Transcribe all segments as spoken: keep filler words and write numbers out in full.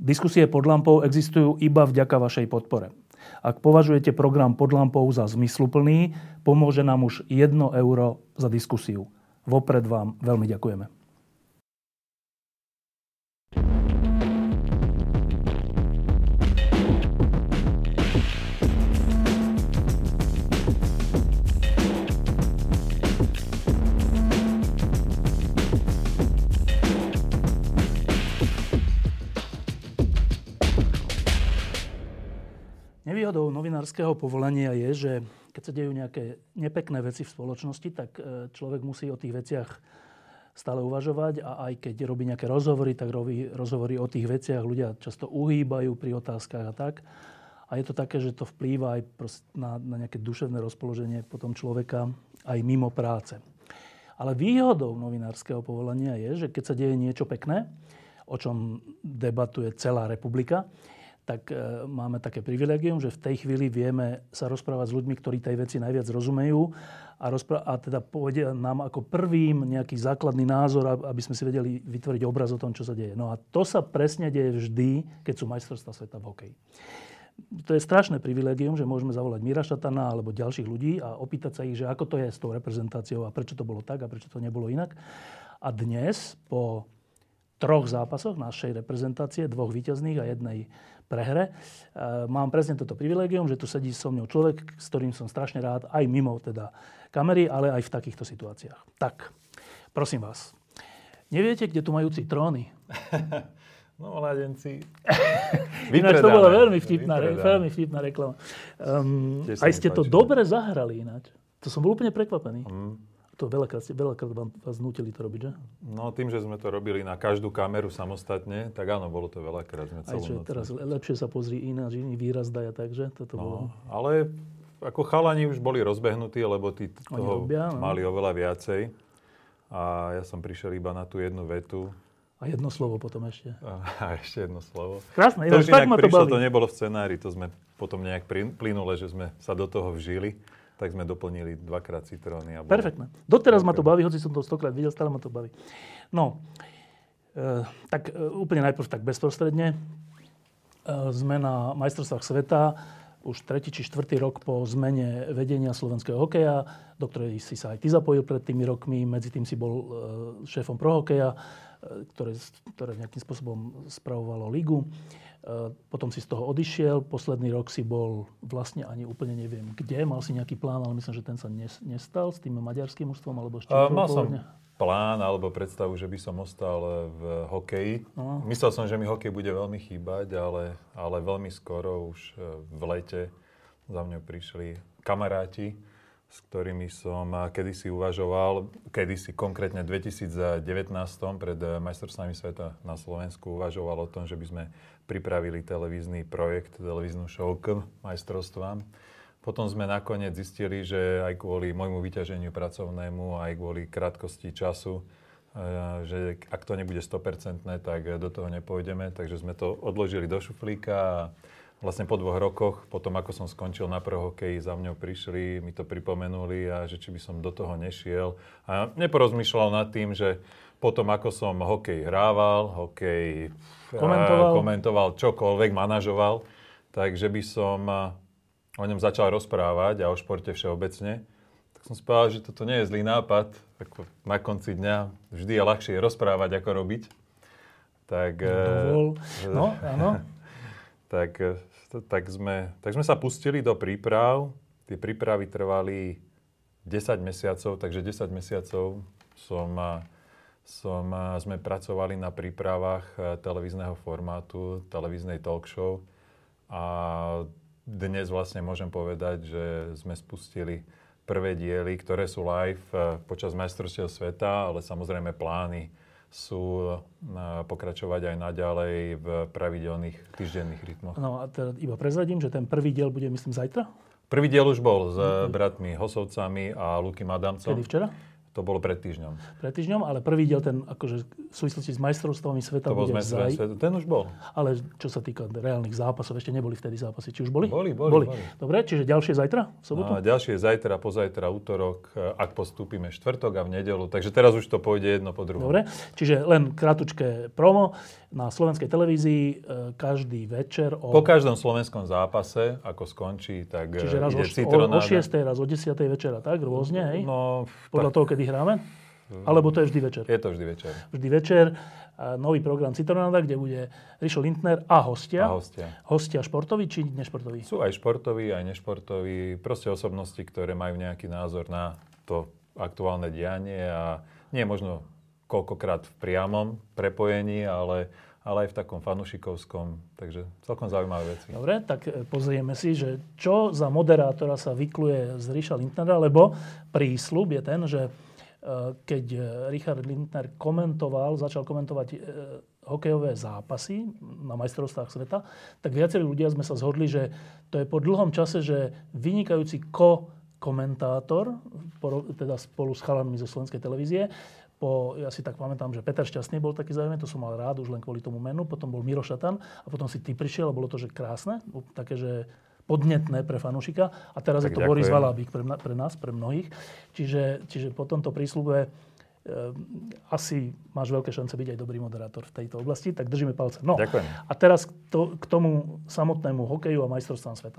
Diskusie pod lampou existujú iba vďaka vašej podpore. Ak považujete program Pod lampou za zmysluplný, pomôže nám už jedno euro za diskusiu. Vopred vám veľmi ďakujeme. Nevýhodou novinárskeho povolania je, že keď sa dejú nejaké nepekné veci v spoločnosti, tak človek musí o tých veciach stále uvažovať a aj keď robí nejaké rozhovory, tak robí rozhovory o tých veciach. Ľudia často uhýbajú pri otázkach a tak. A je to také, že to vplýva aj na, na nejaké duševné rozpoloženie potom človeka aj mimo práce. Ale výhodou novinárskeho povolania je, že keď sa deje niečo pekné, o čom debatuje celá republika, tak e, máme také privilegium, že v tej chvíli vieme sa rozprávať s ľuďmi, ktorí tej veci najviac rozumejú a, rozpr- a teda povedia nám ako prvým nejaký základný názor, aby sme si vedeli vytvoriť obraz o tom, čo sa deje. No a to sa presne deje vždy, keď sú majstrovstvá sveta v hokeji. To je strašné privilegium, že môžeme zavolať Míra Šatana alebo ďalších ľudí a opýtať sa ich, že ako to je s tou reprezentáciou a prečo to bolo tak a prečo to nebolo inak. A dnes po troch zápasoch našej reprezentácie, dvoch víťazných a jednej prehre, mám presne toto privilegium, že tu sedí so mnou človek, s ktorým som strašne rád, aj mimo teda kamery, ale aj v takýchto situáciách. Tak, prosím vás, neviete, kde tu majú citróny? No, mladenci. Ináč to bola veľmi vtipná, veľmi vtipná reklama. Um, aj ste to dobre zahrali ináč. To som bol úplne prekvapený. Mm. To veľakrát, veľakrát vás nútili to robiť, že? No, tým, že sme to robili na každú kameru samostatne, tak áno, bolo to veľakrát. Sme aj že teraz lepšie sa pozri ináč, iný výraz daja, takže toto no, bolo. Ale ako chalani už boli rozbehnutí, lebo tí toho robia, no. mali oveľa viacej. A ja som prišiel iba na tú jednu vetu. A jedno slovo potom ešte. A ešte jedno slovo. Krásne, to už inak ma to prišlo, baví. To nebolo v scenári, to sme potom nejak plynule, že sme sa do toho vžili. Tak sme doplnili dvakrát citróny. A perfektné. Doteraz ma to baví, hoci som to stokrát videl, stále ma to baví. No, e, tak e, úplne najprv tak bezprostredne. E, sme na majstrovstvách sveta, už tretí či štvrtý rok po zmene vedenia slovenského hokeja, do ktorej si sa aj ty zapojil pred tými rokmi. Medzi tým si bol e, šéfom prohokeja, e, ktoré, ktoré nejakým spôsobom spravovalo ligu. Potom si z toho odišiel, posledný rok si bol vlastne ani úplne neviem kde, mal si nejaký plán, ale myslím, že ten sa nestal s tým maďarským mužstvom, alebo ešte uh, Mal som plán alebo predstavu, že by som ostal v hokeji. No. Myslel som, že mi hokej bude veľmi chýbať, ale, ale veľmi skoro, už v lete za mňou prišli kamaráti, s ktorými som kedysi uvažoval, kedysi konkrétne v dvetisícdevätnásť pred majstrovstvami sveta na Slovensku uvažoval o tom, že by sme pripravili televízny projekt, televíznu show k majstrovstvám. Potom sme nakoniec zistili, že aj kvôli môjmu vyťaženiu pracovnému, aj kvôli krátkosti času, že ak to nebude sto percent, tak do toho nepôjdeme. Takže sme to odložili do šuflíka a vlastne po dvoch rokoch, potom ako som skončil na pro hokeji, za mňou prišli, mi to pripomenuli a že či by som do toho nešiel. A neporozmýšľal nad tým, že potom ako som hokej hrával, hokej komentoval, komentoval čokoľvek, manažoval, takže by som o ňom začal rozprávať a o športe všeobecne. Tak som si povedal, že toto nie je zlý nápad. Ako na konci dňa vždy je ľahšie rozprávať, ako robiť. Tak, Dovol. No, áno. tak, tak, sme, tak sme sa pustili do príprav. Tie prípravy trvali desať mesiacov, takže desať mesiacov som, som, sme pracovali na prípravách televízneho formátu, televíznej talk show. A dnes vlastne môžem povedať, že sme spustili prvé diely, ktoré sú live počas majstrovstiev sveta, ale samozrejme plány sú pokračovať aj naďalej v pravidelných týždenných rytmoch. No a teda iba prezradím, že ten prvý diel bude, myslím, zajtra? Prvý diel už bol s bratmi Hosovcami a Lukim Adamcom. Kedy včera? To bolo pred týždňom. Pred týždňom, ale prvý diel ten akože v súvislosti s majstrovstvami sveta to bol bude zaj... sveta. Ten už bol. Ale čo sa týka reálnych zápasov, ešte neboli vtedy zápasy. Či už boli? Boli, boli. boli. boli. Dobre, čiže ďalšie zajtra v sobotu? A ďalšie zajtra, pozajtra, útorok, ak postúpime štvrtok a v nedeľu. Takže teraz už to pôjde jedno po druhom. Dobre, čiže len kratučké promo. Na slovenskej televízii každý večer o... Po každom slovenskom zápase, ako skončí, tak čiže raz ide o, citronáda. O šiestej, raz o desiatej večera, tak? Rôzne, hej? No, podľa tak... toho, kedy hráme? Alebo to je vždy večer? Je to vždy večer. Vždy večer. Nový program Citronáda, kde bude Rišo Lindner a hostia. A hostia. Hostia športoví či nešportoví? Sú aj športoví, aj nešportoví. Proste osobnosti, ktoré majú nejaký názor na to aktuálne dianie a nie možno koľkokrát v priamom prepojení, ale, ale aj v takom fanušikovskom. Takže celkom zaujímavé veci. Dobre, tak pozrieme si, že čo za moderátora sa vykluje z Riša Lindnera, lebo prísľub je ten, že keď Richard Lindner komentoval, začal komentovať e, hokejové zápasy na majstrovstvách sveta, tak viacerí ľudia sme sa zhodli, že to je po dlhom čase, že vynikajúci ko-komentátor, teda spolu s chalanmi zo slovenskej televízie, po, ja si tak pamätám, že Peter Šťastný bol taký zaujímavý, to som mal rád už len kvôli tomu menu, potom bol Miro Šatan a potom si ty prišiel a bolo to, že krásne, také, že podnetné pre fanúšika. A teraz tak je to ďakujem. Boris Valábík pre, pre nás, pre mnohých. Čiže, čiže po tomto prísľube e, asi máš veľké šance byť aj dobrý moderátor v tejto oblasti, tak držíme palce. No, ďakujem. A teraz to, k tomu samotnému hokeju a majstrovstvám sveta.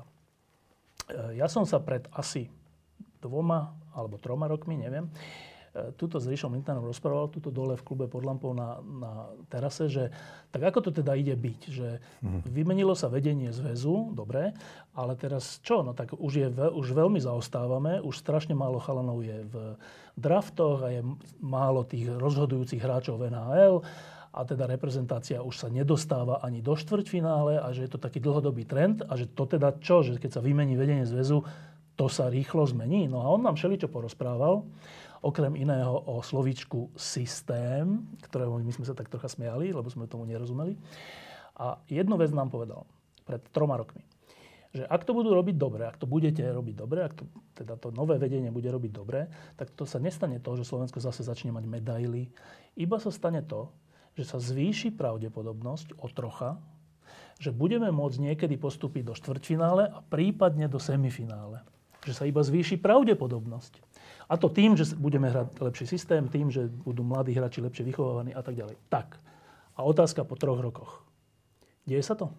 E, ja som sa pred asi dvoma alebo troma rokmi, neviem, tuto s Rišom Lindnerom rozprával, tuto dole v klube pod lampou na, na terase, že tak ako to teda ide byť, že mm. vymenilo sa vedenie zväzu, dobre, ale teraz čo? No tak už, je, už veľmi zaostávame, už strašne málo chalanov je v draftoch a je málo tých rozhodujúcich hráčov v en há el a teda reprezentácia už sa nedostáva ani do štvrťfinále a že je to taký dlhodobý trend a že to teda čo? Že keď sa vymení vedenie zväzu, to sa rýchlo zmení. No a on nám všeličo porozprával. Okrem iného o slovíčku systém, ktorého my sme sa tak trocha smiali, lebo sme tomu nerozumeli. A jednu vec nám povedal pred troma rokmi, že ak to budú robiť dobre, ak to budete robiť dobre, ak to, teda to nové vedenie bude robiť dobre, tak to sa nestane to, že Slovensko zase začne mať medaily. Iba sa stane to, že sa zvýši pravdepodobnosť o trocha, že budeme môcť niekedy postúpiť do štvrťfinále a prípadne do semifinále. Že sa iba zvýši pravdepodobnosť. A to tým, že budeme hrať lepší systém, tým, že budú mladí hráči lepšie vychovávaní a tak ďalej. Tak. A otázka po troch rokoch. Deje sa to?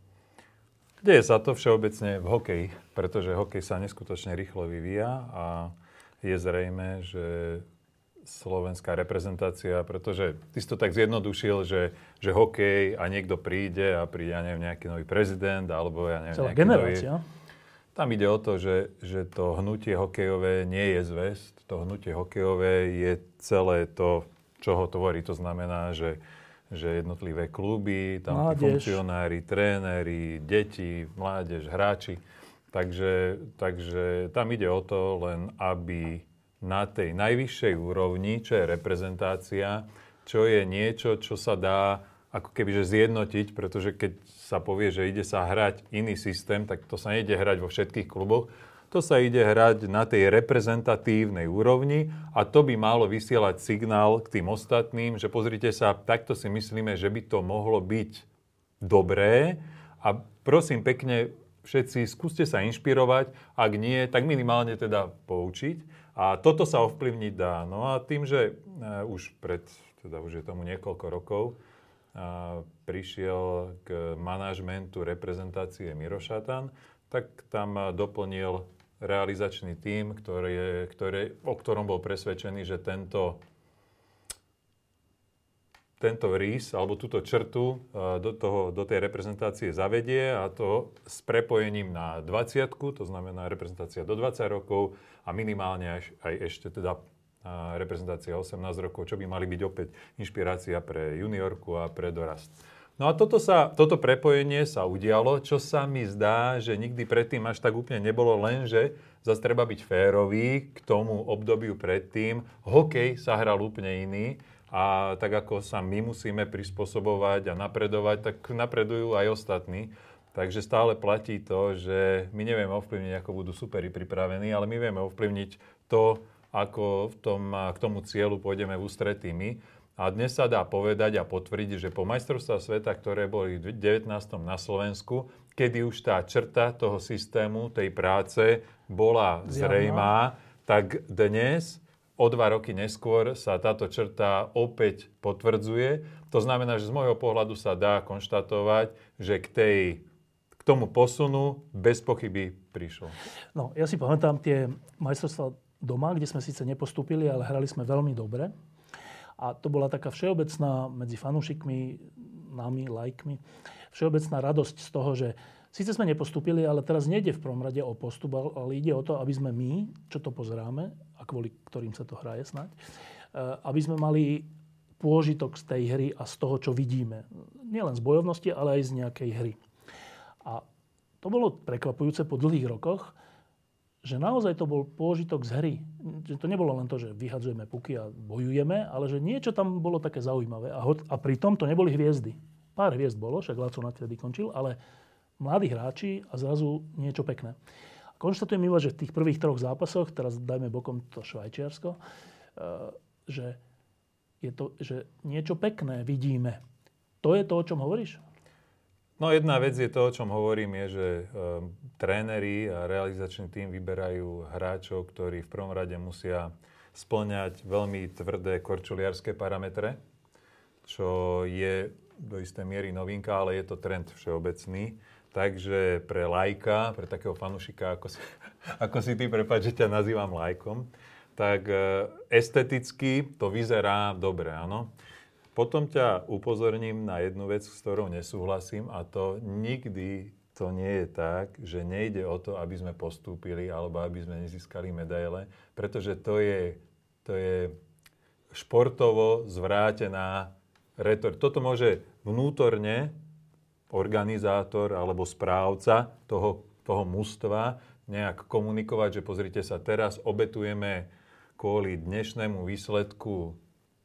Deje sa to všeobecne v hokeji, pretože hokej sa neskutočne rýchlo vyvíja a je zrejme, že slovenská reprezentácia, pretože ty si to tak zjednodušil, že, že hokej a niekto príde a príde, ja neviem, nejaký nový prezident alebo ja neviem, celá nejaký generácia. Nový... Tam ide o to, že, že to hnutie hokejové nie je zväz. To hnutie hokejové je celé to, čo ho tvorí. To znamená, že, že jednotlivé kluby, tam tí funkcionári, tréneri, deti, mládež, hráči. Takže, takže tam ide o to len, aby na tej najvyššej úrovni, čo je reprezentácia, čo je niečo, čo sa dá ako keby že zjednotiť, pretože keď sa povie, že ide sa hrať iný systém, tak to sa nejde hrať vo všetkých kluboch. To sa ide hrať na tej reprezentatívnej úrovni a to by malo vysielať signál k tým ostatným, že pozrite sa, takto si myslíme, že by to mohlo byť dobré a prosím pekne, všetci skúste sa inšpirovať, ak nie, tak minimálne teda poučiť. A toto sa ovplyvniť dá. No a tým, že už pred, teda už je tomu niekoľko rokov, a prišiel k manažmentu reprezentácie Miro Šatan, tak tam doplnil realizačný tím, ktorý, ktorý, o ktorom bol presvedčený, že tento, tento rys alebo túto črtu do, toho, do tej reprezentácie zavedie a to s prepojením na dvadsiatku, to znamená reprezentácia do dvadsať rokov a minimálne aj, aj ešte teda a reprezentácia osemnásť rokov, čo by mali byť opäť inšpirácia pre juniorku a pre dorast. No a toto, sa, toto prepojenie sa udialo, čo sa mi zdá, že nikdy predtým až tak úplne nebolo, lenže zase treba byť férový k tomu obdobiu predtým. Hokej sa hral úplne iný a tak ako sa my musíme prispôsobovať a napredovať, tak napredujú aj ostatní. Takže stále platí to, že my nevieme ovplyvniť, ako budú superi pripravení, ale my vieme ovplyvniť to, ako v tom, k tomu cieľu pôjdeme v ústretí my. A dnes sa dá povedať a potvrdiť, že po majstrovstvách sveta, ktoré boli v devätnástom na Slovensku, kedy už tá črta toho systému, tej práce bola zrejmá, tak dnes, o dva roky neskôr, sa táto črta opäť potvrdzuje. To znamená, že z môjho pohľadu sa dá konštatovať, že k, tej, k tomu posunu bez pochyby prišlo. No, ja si pamätám tie majstrovstvá doma, kde sme síce nepostúpili, ale hrali sme veľmi dobre. A to bola taká všeobecná medzi fanúšikmi, nami, lajkmi, všeobecná radosť z toho, že síce sme nepostúpili, ale teraz nejde v prvom rade o postup, ale ide o to, aby sme my, čo to pozeráme, a kvôli ktorým sa to hraje snáď, aby sme mali pôžitok z tej hry a z toho, čo vidíme. Nielen z bojovnosti, ale aj z nejakej hry. A to bolo prekvapujúce po dlhých rokoch, že naozaj to bol pôžitok z hry. Že to nebolo len to, že vyhadzujeme puky a bojujeme, ale že niečo tam bolo také zaujímavé. A, ho, a pritom to neboli hviezdy. Pár hviezd bolo, však Laco nadtedy končil, ale mladí hráči a zrazu niečo pekné. A konštatujem iba, že v tých prvých troch zápasoch, teraz dajme bokom to Švajčiarsko, že, je to, že niečo pekné vidíme. To je to, o čom hovoríš? No jedna vec je to, o čom hovorím, je, že e, tréneri a realizačný tím vyberajú hráčov, ktorí v prvom rade musia spĺňať veľmi tvrdé korčuliarské parametre, čo je do istej miery novinka, ale je to trend všeobecný. Takže pre lajka, pre takého fanúšika, ako si, ako si ty, prepáč, že ťa nazývam lajkom, tak e, esteticky to vyzerá dobre, áno. Potom ťa upozorním na jednu vec, s ktorou nesúhlasím, a to nikdy to nie je tak, že nejde o to, aby sme postúpili alebo aby sme nezískali medaile, pretože to je, to je športovo zvrátená retorika. Toto môže vnútorne organizátor alebo správca toho, toho mužstva nejak komunikovať, že pozrite sa, teraz obetujeme kvôli dnešnému výsledku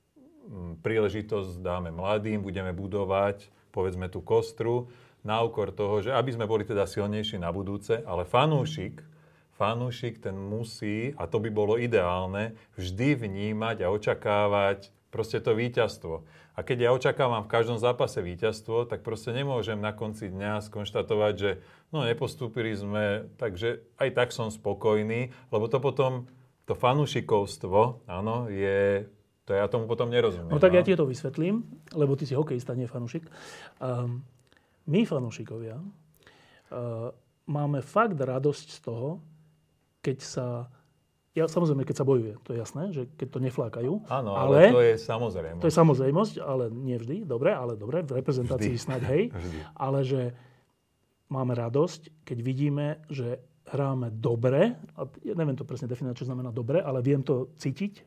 príležitosť dáme mladým, budeme budovať, povedzme, tú kostru, na úkor toho, že aby sme boli teda silnejší na budúce, ale fanúšik, fanúšik ten musí, a to by bolo ideálne, vždy vnímať a očakávať proste to víťazstvo. A keď ja očakávam v každom zápase víťazstvo, tak proste nemôžem na konci dňa skonštatovať, že no nepostúpili sme, takže aj tak som spokojný, lebo to potom, to fanúšikovstvo, áno, je... To ja tomu potom nerozumiem. No tak ja ti to vysvetlím, lebo ty si hokejista, nie fanúšik. Um, my fanúšikovia uh, máme fakt radosť z toho, keď sa... Ja, samozrejme, keď sa bojuje, to je jasné, že keď to neflákajú. Áno, ale, ale to je samozrejmosť. To je samozrejmosť, ale nie vždy. Dobre, ale dobre, v reprezentácii vždy. Snáď, hej. Vždy. Ale že máme radosť, keď vidíme, že hráme dobre. A ja neviem to presne definovať, čo znamená dobre, ale viem to cítiť.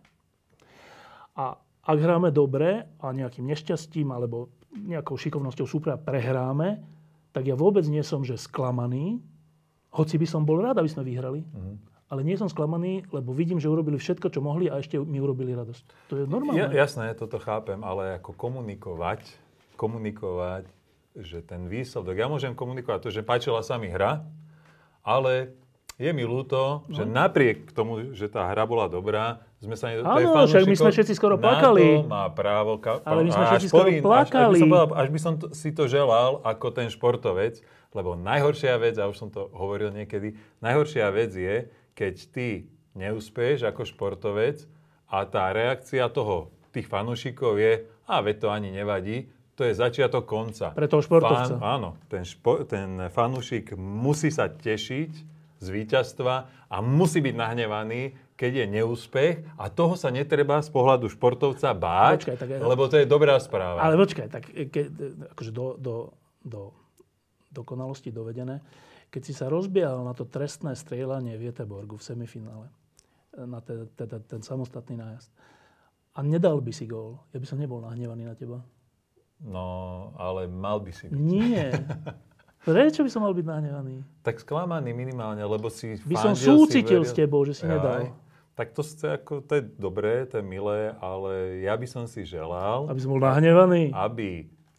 A ak hráme dobre a nejakým nešťastím alebo nejakou šikovnosťou súpera prehráme, tak ja vôbec nie som, že sklamaný, hoci by som bol rád, aby sme vyhrali, mm. ale nie som sklamaný, lebo vidím, že urobili všetko, čo mohli a ešte mi urobili radosť. To je normálne. Ja, jasné, toto chápem, ale ako komunikovať, komunikovať, že ten výsledok, ja môžem komunikovať to, že páčila sa mi hra, ale je mi ľúto, no. že napriek tomu, že tá hra bola dobrá, sme sa... Áno, však my sme všetci skoro plakali. Na to má právo... Ka- ale my sme všetci skoro povím, plakali. Až, až, by som povedal, až by som to, si to želal ako ten športovec, lebo najhoršia vec, a už som to hovoril niekedy, najhoršia vec je, keď ty neúspeješ ako športovec a tá reakcia toho, tých fanúšikov je, a veď to ani nevadí, to je začiatok konca. Pre toho športovca. Fan, áno, ten, špo, ten fanúšik musí sa tešiť z víťazstva a musí byť nahnevaný, keď je neúspech, a toho sa netreba z pohľadu športovca báť, počkaj, tak, lebo to je dobrá správa. Ale počkaj, tak ke, akože do, do, do dokonalosti dovedené, keď si sa rozbiehal na to trestné strieľanie v Göteborgu v semifinále, na te, teda ten samostatný nájazd, a nedal by si gól, ja by som nebol nahnevaný na teba. No, ale mal by si byť. Nie. Prečo by som mal byť nahnevaný? Tak sklamaný minimálne, lebo si by som súcitil s tebou, že si Aj, nedal. Tak to, ako, to je dobré, to je milé, ale ja by som si želal... Aby som bol nahnevaný? Aby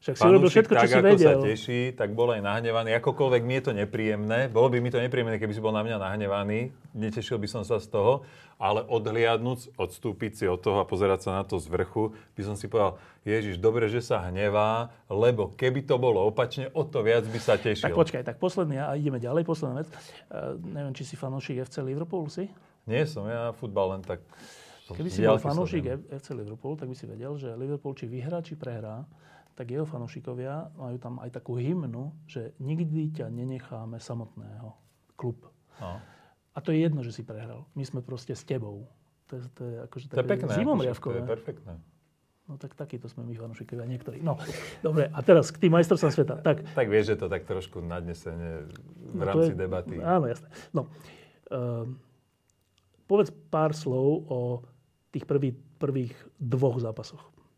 Však si urobil všetko, čo tak, si ako vedel. sa teší, tak bol aj nahnevaný. Akokoľvek mi je to nepríjemné, bolo by mi to nepríjemné, keby si bol na mňa nahnevaný, netešil by som sa z toho, ale odhliadnúť, odstúpiť si od toho a pozerať sa na to z vrchu, by som si povedal, Ježiš, dobre, že sa hnevá, lebo keby to bolo opačne, o to viac by sa tešil. Tak počkaj, tak posledný, a ideme ďalej, posledná vec. Uh, neviem, či si fanúšik ef cé Liverpool, si? Nie som, ja futbal len tak... Keby si bol fanúšik ef cé Liverpool, tak by si vedel, že Liverpool či vyhrá, či prehrá, tak jeho fanúšikovia majú tam aj takú hymnu, že nikdy ťa nenecháme samotného. Klub. No. A to je jedno, že si prehral. My sme proste s tebou. To je, to je akože také pekné, zimomriavkové. To je perfektné. No tak takýto sme my fanúšikovia niektorí. No, dobre, a teraz k tým majstrovstvám sveta. Tak, tak vieš, že to tak trošku nadnesenie v no rámci je, debaty. Áno, jasné. No, uh, povedz pár slov o tých prvý, prvých dvoch zápasoch.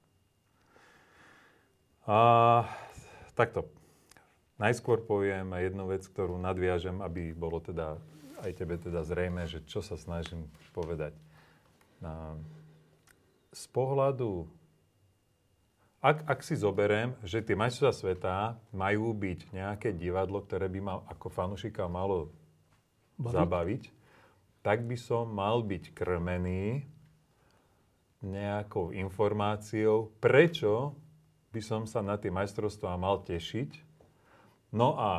A, takto. Najskôr poviem jednu vec, ktorú nadviažem, aby bolo teda aj tebe teda zrejme, že čo sa snažím povedať. Na, z pohľadu, ak, ak si zoberiem, že tie majstrovstvá sveta majú byť nejaké divadlo, ktoré by mal ako fanúšika malo Baviť? zabaviť, tak by som mal byť krmený nejakou informáciou, prečo by som sa na tie majstrovstvá mal tešiť. No a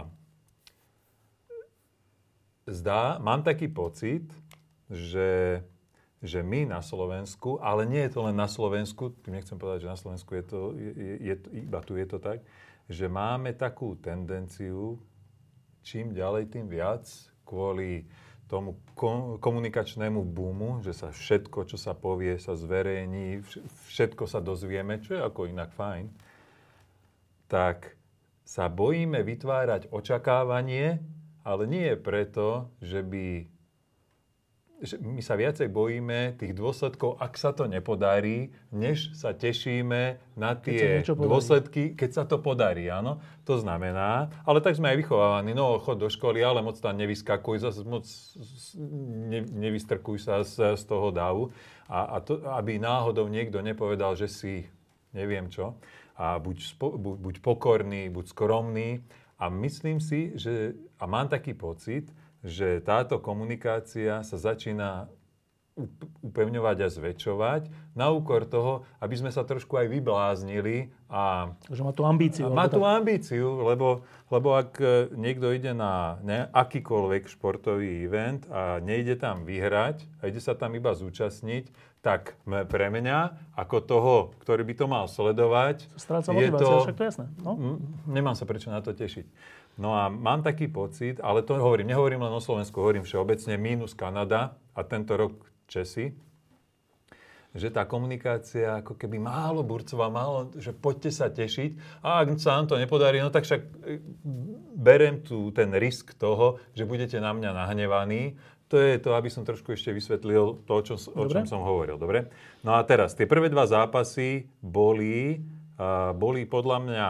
zdá, mám taký pocit, že, že my na Slovensku, ale nie je to len na Slovensku, tým nechcem povedať, že na Slovensku je to, je, je, iba tu je to tak, že máme takú tendenciu, čím ďalej, tým viac, kvôli tomu komunikačnému boomu, že sa všetko, čo sa povie, sa zverejní, všetko sa dozvieme, čo je ako inak fajn, tak sa bojíme vytvárať očakávanie, ale nie je preto, že by... Že my sa viacej bojíme tých dôsledkov, ak sa to nepodarí, než sa tešíme na tie keď dôsledky, keď sa to podarí, áno. To znamená, ale tak sme aj vychovávaní, no chod do školy, ale moc tam nevyskakuj, zase moc ne, nevystrkuj sa z, z toho davu. A, a to, aby náhodou niekto nepovedal, že si neviem čo. A buď, spo, buď, buď pokorný, buď skromný. A myslím si, že, a mám taký pocit, že táto komunikácia sa začína upevňovať a zväčšovať na úkor toho, aby sme sa trošku aj vybláznili. A, že má tú ambíciu. Má tú ambíciu, lebo, lebo ak niekto ide na ne, akýkoľvek športový event a nejde tam vyhrať a ide sa tam iba zúčastniť, tak pre mňa, ako toho, ktorý by to mal sledovať, stráca motivácia, však to je jasné. No? Nemám sa prečo na to tešiť. No a mám taký pocit, ale to hovorím, nehovorím len o Slovensku, hovorím všeobecne, mínus Kanada a tento rok Česi, že tá komunikácia ako keby málo burcová, málo, že poďte sa tešiť a ak sa nám to nepodarí, no tak však berem tu ten risk toho, že budete na mňa nahnevaní. To je to, aby som trošku ešte vysvetlil to, čo, o čom som hovoril. Dobre? No a teraz, tie prvé dva zápasy boli, uh, boli podľa mňa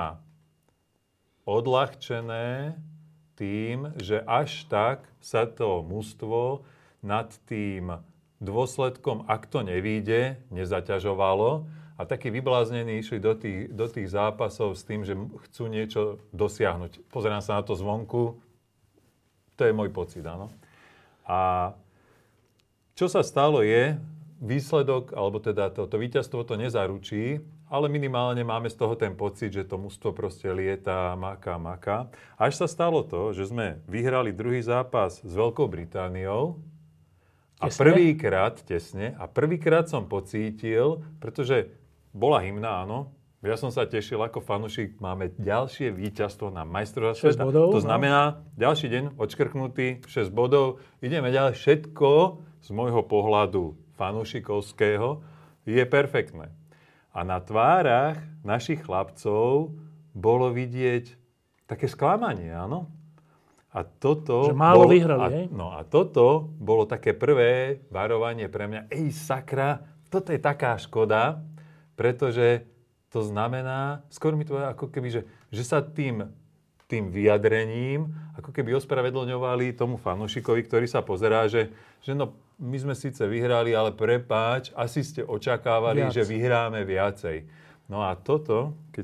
odľahčené tým, že až tak sa to mužstvo nad tým dôsledkom, ak to nevíde, nezaťažovalo a takí vybláznení išli do tých, do tých zápasov s tým, že chcú niečo dosiahnuť. Pozerám sa na to zvonku, to je môj pocit, áno. A čo sa stalo je, výsledok, alebo teda to, to víťazstvo to nezaručí, ale minimálne máme z toho ten pocit, že to mužstvo proste lieta, maká, maká. Až sa stalo to, že sme vyhrali druhý zápas s Veľkou Britániou a prvýkrát, tesne, a prvýkrát som pocítil, pretože bola hymna, áno, ja som sa tešil ako fanúšik, máme ďalšie víťazstvo na majstrovstvách sveta. To znamená, no. Ďalší deň odškrknutý, šesť bodov, ideme ďalej, všetko z môjho pohľadu fanúšikovského je perfektné. A na tvárach našich chlapcov bolo vidieť také sklamanie, áno? A toto... Že málo bol, vyhrali, a, hej? No a toto bolo také prvé varovanie pre mňa. Ej, sakra, toto je taká škoda, pretože to znamená, skôr mi to je ako keby, že, že sa tým, tým vyjadrením ako keby ospravedlňovali tomu fanúšikovi, ktorý sa pozerá, že, že no, my sme síce vyhrali, ale prepáč, asi ste očakávali, Viac. že vyhráme viacej. No a toto, keď sa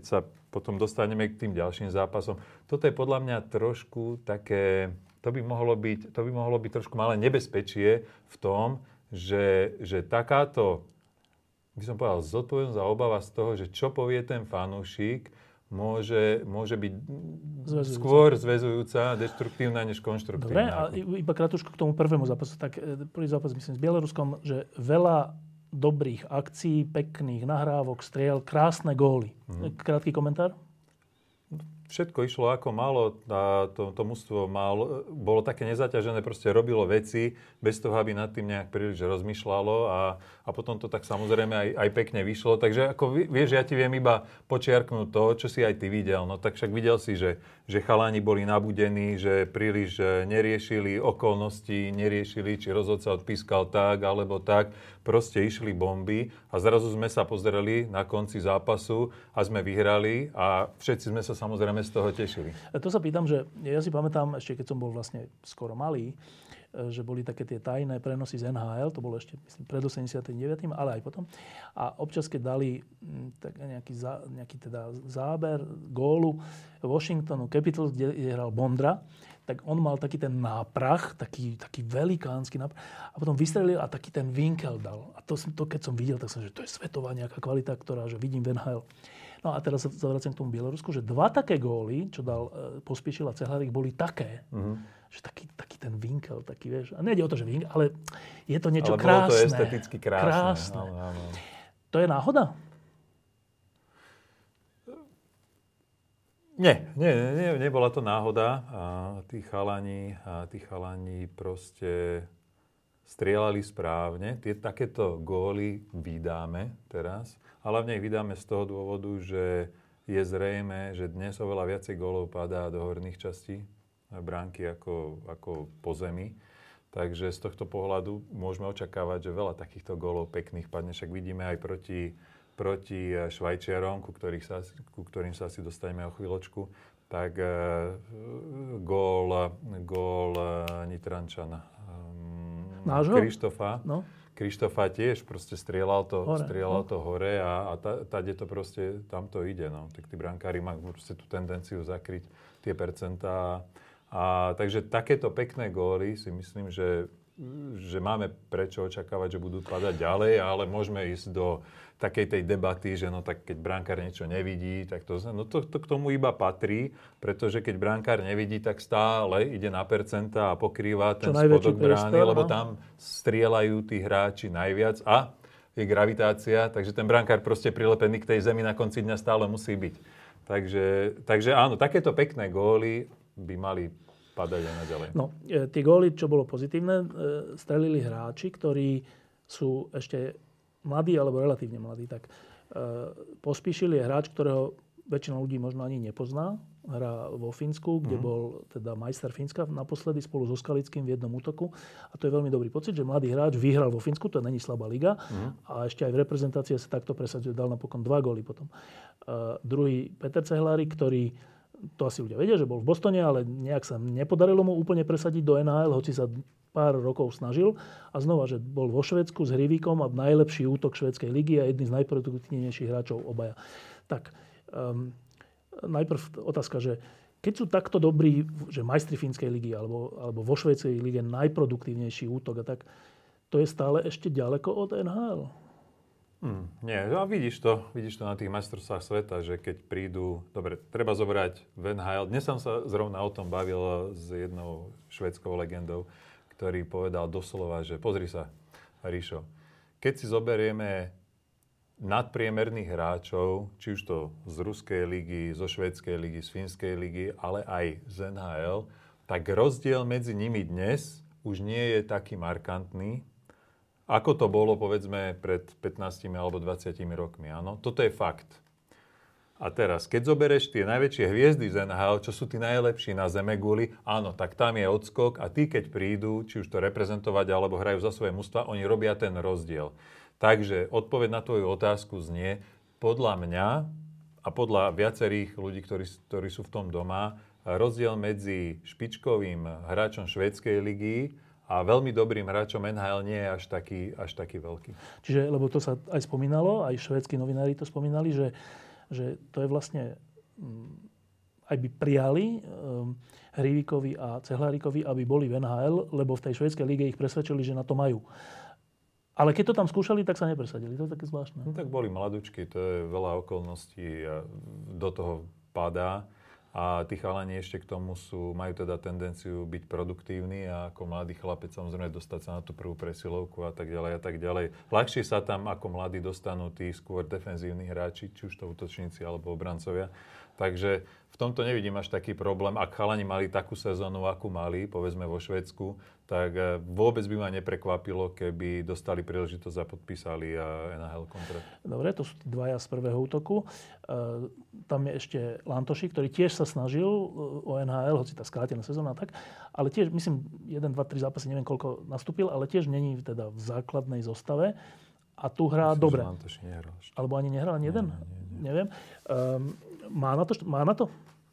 potom dostaneme k tým ďalším zápasom. Toto je podľa mňa trošku také, to by mohlo byť, to by mohlo byť trošku malé nebezpečie v tom, že, že takáto, by som povedal, zodpovednosť a obava z toho, že čo povie ten fanúšik, môže, môže byť zväzujúca. Skôr zväzujúca, deštruktívna, než konštruktívna. Dobre, a iba krátko k tomu prvému zápasu. Tak prvý zápas, myslím, s Bieloruskom, že veľa dobrých akcií, pekných nahrávok, striel, krásne góly. Hmm. Krátky komentár? Všetko išlo ako malo a to, to mužstvo mal, bolo také nezaťažené, proste robilo veci bez toho, aby nad tým nejak príliš rozmýšľalo a, a potom to tak samozrejme aj, aj pekne vyšlo. Takže ako vieš, ja ti viem iba počiarknúť to, čo si aj ty videl. No tak však videl si, že, že chalani boli nabudení, že príliš neriešili okolnosti, neriešili, či rozhodca odpískal tak alebo tak. Proste išli bomby a zrazu sme sa pozreli na konci zápasu a sme vyhrali a všetci sme sa samozrejme z toho tešili. A to sa pýtam, že ja si pamätám, ešte keď som bol vlastne skoro malý, že boli také tie tajné prenosy z en há el, to bolo ešte, myslím, pred osemdesiatym deviatym ale aj potom. A občas, keď dali tak nejaký, zá, nejaký teda záber gólu Washingtonu Capitals, kde hral Bondra, tak on mal taký ten náprach, taký, taký velikánsky náprach a potom vystrelil a taký ten Winkel dal. A to, to keď som videl, tak som, že to je svetová nejaká kvalita, ktorá, že vidím v en há el. No a teraz sa zavraciam k tomu Bielorusku, že dva také góly, čo dal e, Pospíšil a Cehlárik, boli také, mm-hmm. že taký, taký ten Winkel, taký, vieš, a nejde o to, že Winkel, ale je to niečo ale krásne. Ale bolo to esteticky krásne. krásne. Áno, áno. To je náhoda? Nie, nie, nie, nebola to náhoda. A tí chalani, a tí chalani proste strieľali správne. Tie takéto góly vydáme teraz, ale hlavne ich vydáme z toho dôvodu, že je zrejme, že dnes oveľa viacej gólov padá do horných častí bránky ako, ako po zemi. Takže z tohto pohľadu môžeme očakávať, že veľa takýchto gólov pekných padne. Však vidíme aj proti proti Švajčiarom, ku, sa, ku ktorým sa asi dostaneme o chvíľočku, tak uh, gól, gól uh, Nitrančana. Um, Nášho? Krištofa. No. Krištofa tiež proste strieľal to hore, strieľal no. to hore a, a tade to proste, tam to ide. No. Tak tí brankári majú proste tú tendenciu zakryť tie percentá. A, takže takéto pekné góly si myslím, že že máme prečo očakávať, že budú padať ďalej, ale môžeme ísť do takej tej debaty, že no tak keď brankár niečo nevidí, tak to, no to, to k tomu iba patrí, pretože keď brankár nevidí, tak stále ide na percentá a pokrýva ten spodok brány, priestor, lebo no? Tam strieľajú tí hráči najviac a je gravitácia, takže ten brankár proste prilepený k tej zemi na konci dňa stále musí byť. Takže, takže áno, takéto pekné góly by mali padať aj naďalej. No, e, tie góly, čo bolo pozitívne, e, strelili hráči, ktorí sú ešte mladí alebo relatívne mladí. Tak e, Pospíšil je hráč, ktorého väčšina ľudí možno ani nepozná. Hrá vo Fínsku, kde mm. bol teda majster Fínska naposledy spolu so Skalickým v jednom útoku. A to je veľmi dobrý pocit, že mladý hráč vyhral vo Fínsku, to není slabá liga. Mm. A ešte aj v reprezentácii sa takto presadzuje, dal napokon dva góly potom. E, druhý Peter Cehlárik, ktorý to asi ľudia vedia, že bol v Bostone, ale nejak sa nepodarilo mu úplne presadiť do en há el, hoci sa pár rokov snažil. A znova, že bol vo Švédsku s Hrivíkom a najlepší útok švédskej ligy a jedný z najproduktívnejších hráčov obaja. Tak, um, najprv otázka, že keď sú takto dobrí, že majstri Fínskej ligy alebo, alebo vo švédskej lige najproduktívnejší útok, a tak to je stále ešte ďaleko od en há el? Hmm, nie, a vidíš to, vidíš to na tých majstrovstvách sveta, že keď prídu, dobre, treba zobrať v en há el. Dnes som sa zrovna o tom bavil s jednou švédskou legendou, ktorý povedal doslova, že pozri sa, Ríšo, keď si zoberieme nadpriemerných hráčov, či už to z ruskej ligy, zo švédskej ligy, z fínskej ligy, ale aj z en há el, tak rozdiel medzi nimi dnes už nie je taký markantný, ako to bolo, povedzme, pred pätnástimi alebo dvadsiatimi rokmi. Áno? Toto je fakt. A teraz, keď zoberieš tie najväčšie hviezdy z en há el, čo sú tí najlepší na zemeguli, áno, tak tam je odskok a tí, keď prídu, či už to reprezentovať alebo hrajú za svoje mužstva, oni robia ten rozdiel. Takže odpoveď na tvoju otázku znie, podľa mňa a podľa viacerých ľudí, ktorí, ktorí sú v tom doma, rozdiel medzi špičkovým hráčom švédskej ligy a veľmi dobrým hráčom en há el nie je až taký, až taký veľký. Čiže, lebo to sa aj spomínalo, aj švédski novinári to spomínali, že, že to je vlastne aj by prijali Hrivíkovi a Cehlárikovi, aby boli v en há el, lebo v tej švédskej lige ich presvedčili, že na to majú. Ale keď to tam skúšali, tak sa nepresadili. To je také zvláštne. No tak boli mladučky, to je veľa okolností a do toho padá. A tí chalani ešte k tomu sú, majú teda tendenciu byť produktívni a ako mladý chlapec samozrejme dostať sa na tú prvú presilovku a tak ďalej a tak ďalej. Ľahšie sa tam ako mladí dostanú tí skôr defenzívni hráči, či už to útočníci alebo obrancovia. Takže v tomto nevidím až taký problém. Ak chalani mali takú sezónu, akú mali, povedzme vo Švédsku, tak vôbec by ma neprekvapilo, keby dostali príležitosť a podpísali en há el kontrakt. Dobre, to sú tí dvaja z prvého útoku. E, tam je ešte Lantoši, ktorý tiež sa snažil o en há el, hoci tá skrátená sezóna tak, ale tiež, myslím, jeden, dva, tri zápasy, neviem koľko nastúpil, ale tiež není teda v základnej zostave. A tu hrá myslím, dobre. Lantoši nehral. Alebo ani nehral ani jeden? Nie, nie, nie. Neviem. Um, má na to? Má na to?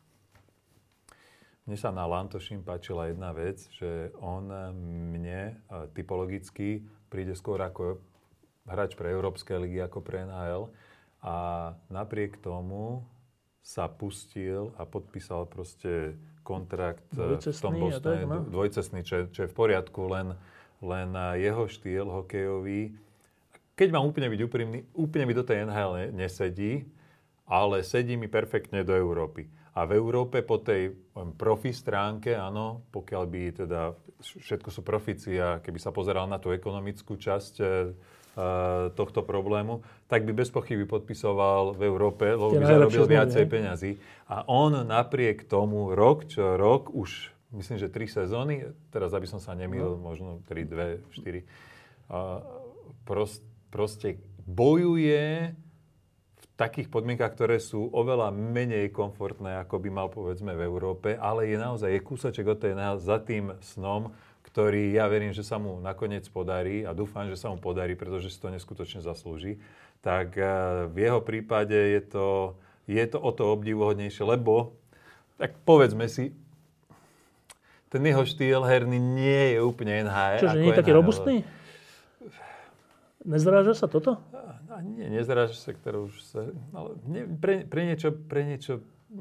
Mne sa na Lantošim páčila jedna vec, že on mne typologicky príde skôr ako hráč pre Európske ligy ako pre en há el a napriek tomu sa pustil a podpísal proste kontrakt dvojcestný, v tom Bostone, no? dvojcestný, čo, čo je v poriadku, len, len jeho štýl hokejový. Keď mám úplne byť úprimný, úplne mi do tej en há el nesedí, ale sedí mi perfektne do Európy. A v Európe po tej profi stránke, áno, pokiaľ by teda, všetko sú profici a keby sa pozeral na tú ekonomickú časť e, tohto problému, tak by bez pochyby podpisoval v Európe, lebo by zarobil viacej peňazí. A on napriek tomu rok čo rok, už myslím, že tri sezóny, teraz aby som sa nemýlil, no. možno tri, dve, štyri, a prost, proste bojuje takých podmienkach, ktoré sú oveľa menej komfortné, ako by mal povedzme v Európe, ale je naozaj je kúsoček od tej za tým snom, ktorý ja verím, že sa mu nakoniec podarí a dúfam, že sa mu podarí, pretože si to neskutočne zaslúži. Tak v jeho prípade je to, je to o to obdivuhodnejšie, lebo tak povedzme si, ten jeho štýl herný nie je úplne en há el. Čože nie je taký robustný? Nezráža sa toto? A nie, nezráža sa, ktoré už sa... Ale nie, pre, pre niečo... Pre niečo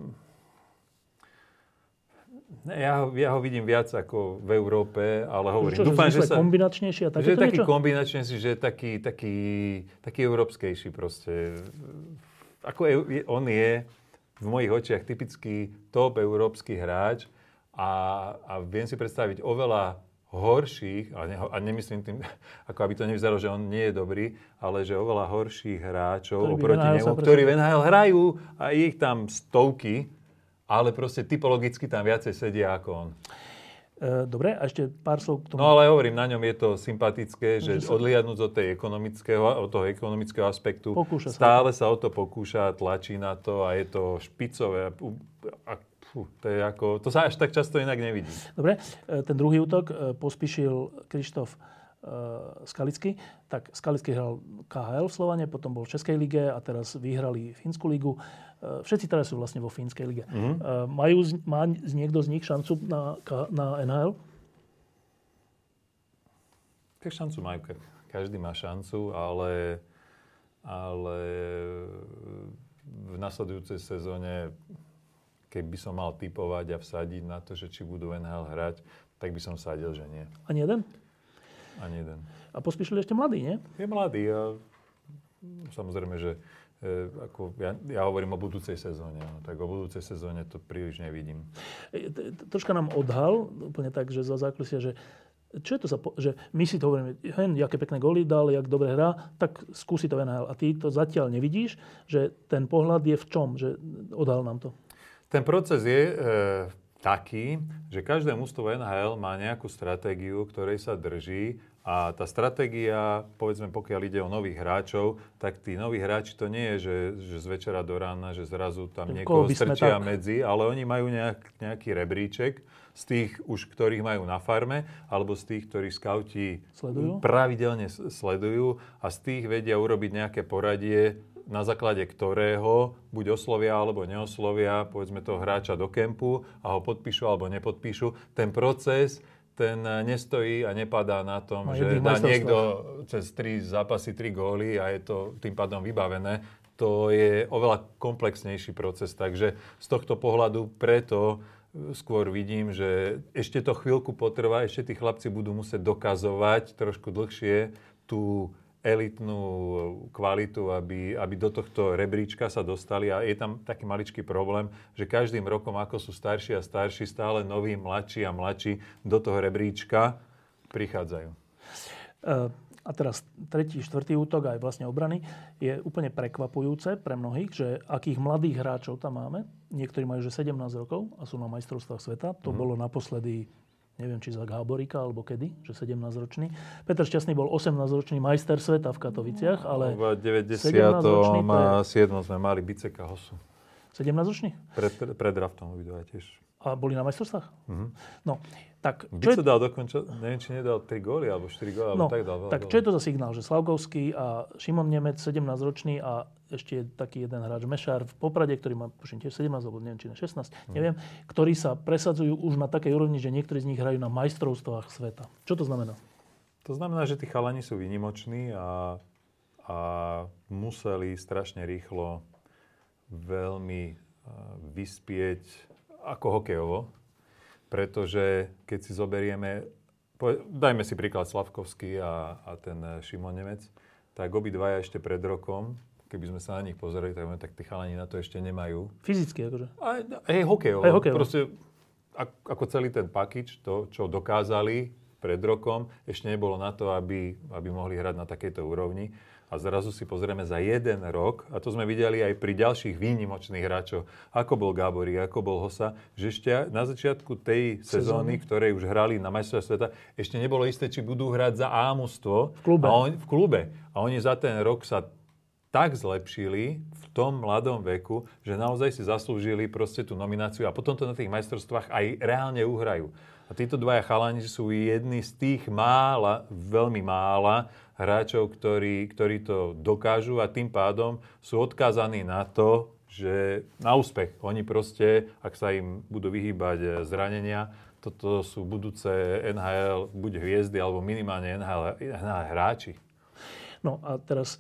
ja, ho, ja ho vidím viac ako v Európe, ale hovorím... Čo, dúfam, že, že sa... kombinačnejší a takéto niečo? Že je taký niečo? kombinačnejší, že je taký, taký, taký európskejší proste. Ako je, on je v mojich očiach typický top európsky hráč a, a viem si predstaviť oveľa horších, a, ne, a nemyslím tým, ako aby to nevyzeralo, že on nie je dobrý, ale že oveľa horších hráčov oproti nemu, ktorí v en há el hrajú a ich tam stovky, ale proste typologicky tam viacej sedia ako on. E, dobre, a ešte pár slov k tomu. No ale hovorím, na ňom je to sympatické, že, že odliadnúť od, tej ekonomického, od toho ekonomického aspektu, pokúša stále sa. sa o to pokúša, tlačí na to a je to špicové. A, fú, to, je ako, to sa až tak často inak nevidí. Dobre, ten druhý útok Pospíšil Krištof Skalický. Tak Skalický hral ká há el v Slovane, potom bol v Českej lige a teraz vyhrali Fínsku ligu. Všetci teraz sú vlastne vo Fínskej lige. Mm-hmm. Majú, má niekto z nich šancu na, na en há el? Tak šancu majú. Každý má šancu, ale, ale v nasledujúcej sezóne, keby som mal tipovať a vsadiť na to, že či budú en há el hrať, tak by som vsadil, že nie. Ani jeden? Ani jeden. A Pospíšil ešte mladý, nie? Je mladý a samozrejme, že e, ako ja, ja hovorím o budúcej sezóne, no, tak o budúcej sezóne to príliš nevidím. E, troška nám odhal, úplne tak, že za zákulisia, že čo je to za... Po, že my si to hovoríme, hen, jaké pekné góly dal, jak dobre hrá, tak skúsi to en há el. A ty to zatiaľ nevidíš, že ten pohľad je v čom? Že odhal nám to. Ten proces je e, taký, že každé mužstvo en há el má nejakú stratégiu, ktorej sa drží a tá stratégia, povedzme, pokiaľ ide o nových hráčov, tak tí noví hráči to nie je, že, že z večera do rána, že zrazu tam niekoho strčia medzi, ale oni majú nejak, nejaký rebríček z tých už, ktorých majú na farme, alebo z tých, ktorých skauti sledujú? pravidelne sledujú a z tých vedia urobiť nejaké poradie, na základe ktorého buď oslovia alebo neoslovia, povedzme, toho hráča do kempu a ho podpíšu alebo nepodpíšu. Ten proces, ten nestojí a nepadá na tom, že dá niekto cez tri zápasy, tri góly a je to tým pádom vybavené. to je oveľa komplexnejší proces. Takže z tohto pohľadu preto skôr vidím, že ešte to chvíľku potrvá, ešte tí chlapci budú musieť dokazovať trošku dlhšie tú elitnú kvalitu, aby, aby do tohto rebríčka sa dostali. A je tam taký maličký problém, že každým rokom, ako sú starší a starší, stále noví, mladší a mladší do toho rebríčka prichádzajú. A teraz tretí, štvrtý útok aj vlastne obrany je úplne prekvapujúce pre mnohých, že akých mladých hráčov tam máme. Niektorí majú že sedemnásť rokov a sú na majstrovstvách sveta. To mm. bolo naposledy, neviem, či za Gáboríka, alebo kedy, že sedemnásťročný. Peter Šťastný bol osemnásťročný majster sveta v Katoviciach, ale v deväťdesiatom siedmom sme mali Biceka Hosu. sedemnásťročný? Pred, pred draftom obidva tiež. A boli na majstrovstvách? Mm-hmm. No, tak... Bico je... dal dokonca, neviem, či nedal tri góly, alebo štyri góly, alebo no, tak dal. Tak čo je to za signál, že Slavkovský a Šimon Nemec, sedemnásťročný a ešte je taký jeden hráč Mešár v Poprade, ktorý má poším tiež sedemnásť, alebo neviem, či na šestnásť, mm. neviem, ktorí sa presadzujú už na takej úrovni, že niektorí z nich hrajú na majstrovstvách sveta. Čo to znamená? To znamená, že tí chalani sú výnimoční a, a museli strašne rýchlo veľmi vyspieť ako hokejovo, pretože keď si zoberieme, dajme si príklad Slavkovský a, a ten Šimon Nemec, tak obidvaja ešte pred rokom, keby sme sa na nich pozerali, tak, tak tí chalani na to ešte nemajú. Fyzicky akože? Aj, aj hokejovo. Aj hokejovo. Proste ako celý ten package, to, čo dokázali pred rokom, ešte nebolo na to, aby, aby mohli hrať na takejto úrovni. A zrazu si pozrieme za jeden rok, a to sme videli aj pri ďalších výnimočných hráčoch, ako bol Gáborík, ako bol Hosa, že ešte na začiatku tej sezóny, ktorej už hrali na majstrovstvách sveta, ešte nebolo isté, či budú hrať za á mužstvo v klube. A on, v klube. A oni za ten rok sa tak zlepšili v tom mladom veku, že naozaj si zaslúžili proste tú nomináciu a potom to na tých majstrovstvách aj reálne uhrajú. A títo dvaja chalani sú jedni z tých mála, veľmi mála hráčov, ktorí, ktorí to dokážu a tým pádom sú odkázaní na to, že na úspech. Oni proste, ak sa im budú vyhýbať zranenia, toto sú budúce en há el, buď hviezdy, alebo minimálne en há el, en há el hráči. No a teraz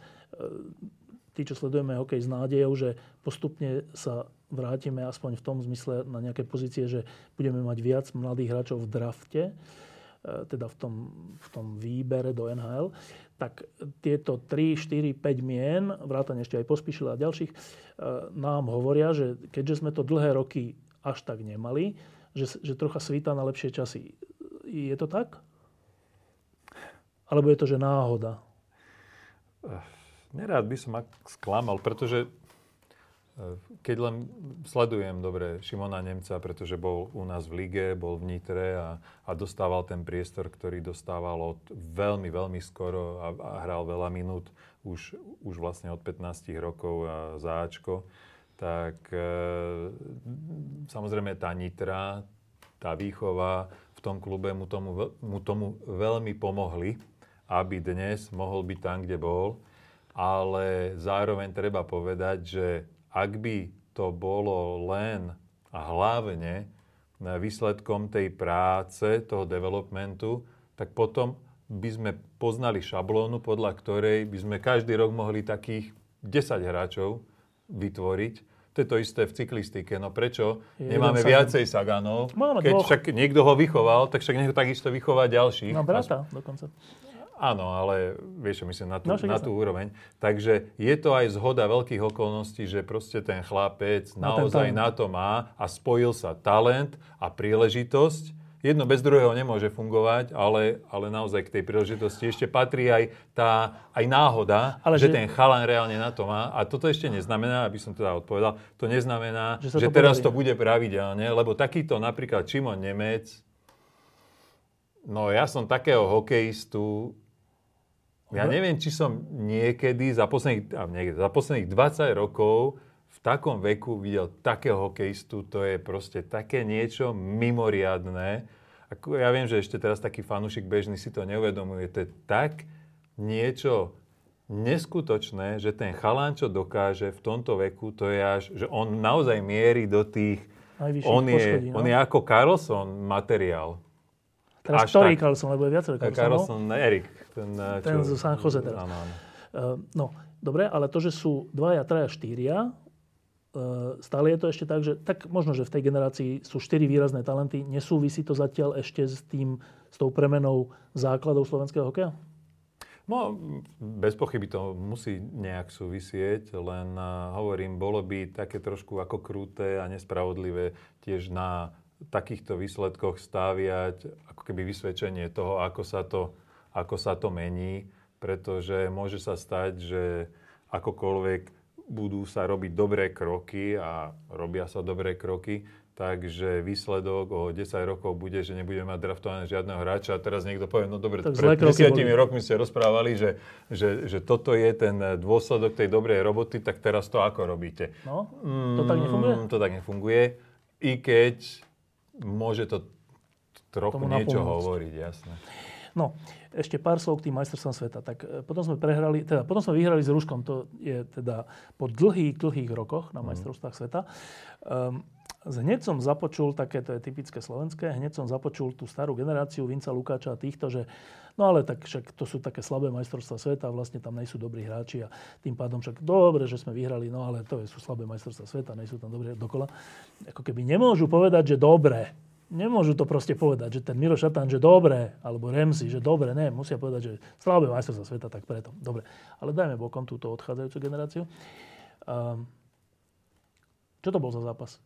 tí, čo sledujeme hokej s nádejou, že postupne sa vrátime aspoň v tom zmysle na nejaké pozície, že budeme mať viac mladých hráčov v drafte, teda v tom, v tom výbere do en há el, tak tieto tri, štyri, päť mien, vrátane ešte aj Pospíšila a ďalších, nám hovoria, že keďže sme to dlhé roky až tak nemali, že, že trocha svíta na lepšie časy. Je to tak? Alebo je to, že náhoda? Nerád by som sklamal, pretože keď len sledujem dobre Šimona Nemca, pretože bol u nás v lige, bol v Nitre a, a dostával ten priestor, ktorý dostával od veľmi, veľmi skoro a, a hral veľa minút už, už vlastne od pätnásť rokov a za áčko, tak e, samozrejme tá Nitra, tá výchova v tom klube mu tomu, mu tomu veľmi pomohli, aby dnes mohol byť tam, kde bol, ale zároveň treba povedať, že ak by to bolo len a hlavne výsledkom tej práce, toho developmentu, tak potom by sme poznali šablónu, podľa ktorej by sme každý rok mohli takých desať hráčov vytvoriť. To je to isté v cyklistike. No prečo je nemáme viacej Saganov? Máme keď dvoch. Však niekto ho vychoval, tak však nech takisto vychová ďalších. No brata dokonca. Áno, ale vieš, myslím, na tú, no, na tú úroveň. Takže je to aj zhoda veľkých okolností, že proste ten chlapec no, naozaj ten na to má a spojil sa talent a príležitosť. Jedno bez druhého nemôže fungovať, ale, ale naozaj k tej príležitosti ešte patrí aj tá aj náhoda, ale že, že ten chalan reálne na to má. A toto ešte neznamená, aby som teda odpovedal, to neznamená, že, že to teraz to bude pravidelne, lebo takýto napríklad Šimon Nemec, no ja som takého hokejistu, ja neviem, či som niekedy za posledných, niekedy, za posledných dvadsať rokov v takom veku videl takého hokejistu. To je proste také niečo mimoriadne. Ako ja viem, že ešte teraz taký fanúšik bežný si to neuvedomuje. To je tak niečo neskutočné, že ten chalán, čo dokáže v tomto veku, to je až, že on naozaj mierí do tých... On je, poschodí, no? on je ako Carlson materiál. Teraz ktorý Carlson, lebo je viacerý Carlson. Carlson, no? Erik. Ten, ten zo San Jose teraz. Áno, áno. Uh, no, Dobre, ale to, že sú dvaja, traja, štyria, stále je to ešte tak, že tak možno, že v tej generácii sú štyri výrazné talenty. Nesúvisí to zatiaľ ešte s tým, s tou premenou základov slovenského hokeja? No, bez pochyby to musí nejak súvisieť, len hovorím, bolo by také trošku ako krúté a nespravodlivé tiež na takýchto výsledkoch stáviať ako keby vysvedčenie toho, ako sa to, ako sa to mení, pretože môže sa stať, že akokoľvek budú sa robiť dobré kroky a robia sa dobré kroky, takže výsledok o desať rokov bude, že nebudeme mať draftované žiadneho hráča a teraz niekto povie, no dobre, tak pred desiatimi rokmi ste rozprávali, že, že, že toto je ten dôsledok tej dobrej roboty, tak teraz to ako robíte? No, to tak nefunguje? Mm, to tak nefunguje, i keď môže to trochu niečo hovoriť, jasné. No, ešte pár slov k tým majstrovstvám sveta. Tak potom sme prehrali, teda potom sme vyhrali s Ruskom, to je teda po dlhých, dlhých rokoch na majstrovstvách mm. sveta. Um, hneď som započul, také to je typické slovenské, hneď som započul tú starú generáciu Vinca Lukáča a týchto, že no ale tak však to sú také slabé majstrovstvá sveta, vlastne tam nejsú dobrí hráči a tým pádom však dobre, že sme vyhrali, no ale to sú slabé majstrovstvá sveta, nejsú tam dobrí dokola. Ako keby nemôžu povedať, že dobre. Nemôžu to proste povedať, že ten Miro Šatan, že dobre, alebo Remzi, že dobre, ne, musia povedať, že slabé majstrovstvá sveta, tak preto. Dobre, ale dajme bokom túto odchádzajúcu generáciu. Um, čo to bol za zápas?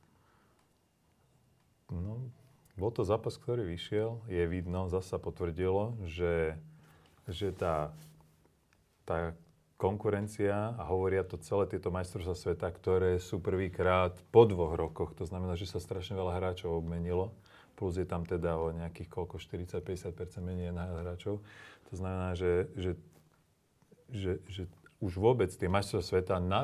No, bol to zápas, ktorý vyšiel. Je vidno, zase sa potvrdilo, že, že tá, tá konkurencia, a hovoria to celé tieto majstrovstvá sveta, ktoré sú prvýkrát po dvoch rokoch, to znamená, že sa strašne veľa hráčov obmenilo, plus je tam teda o nejakých koľko, štyridsať až päťdesiat percent menej en há el hráčov. To znamená, že, že, že, že už vôbec tie majstrovstvá sveta na,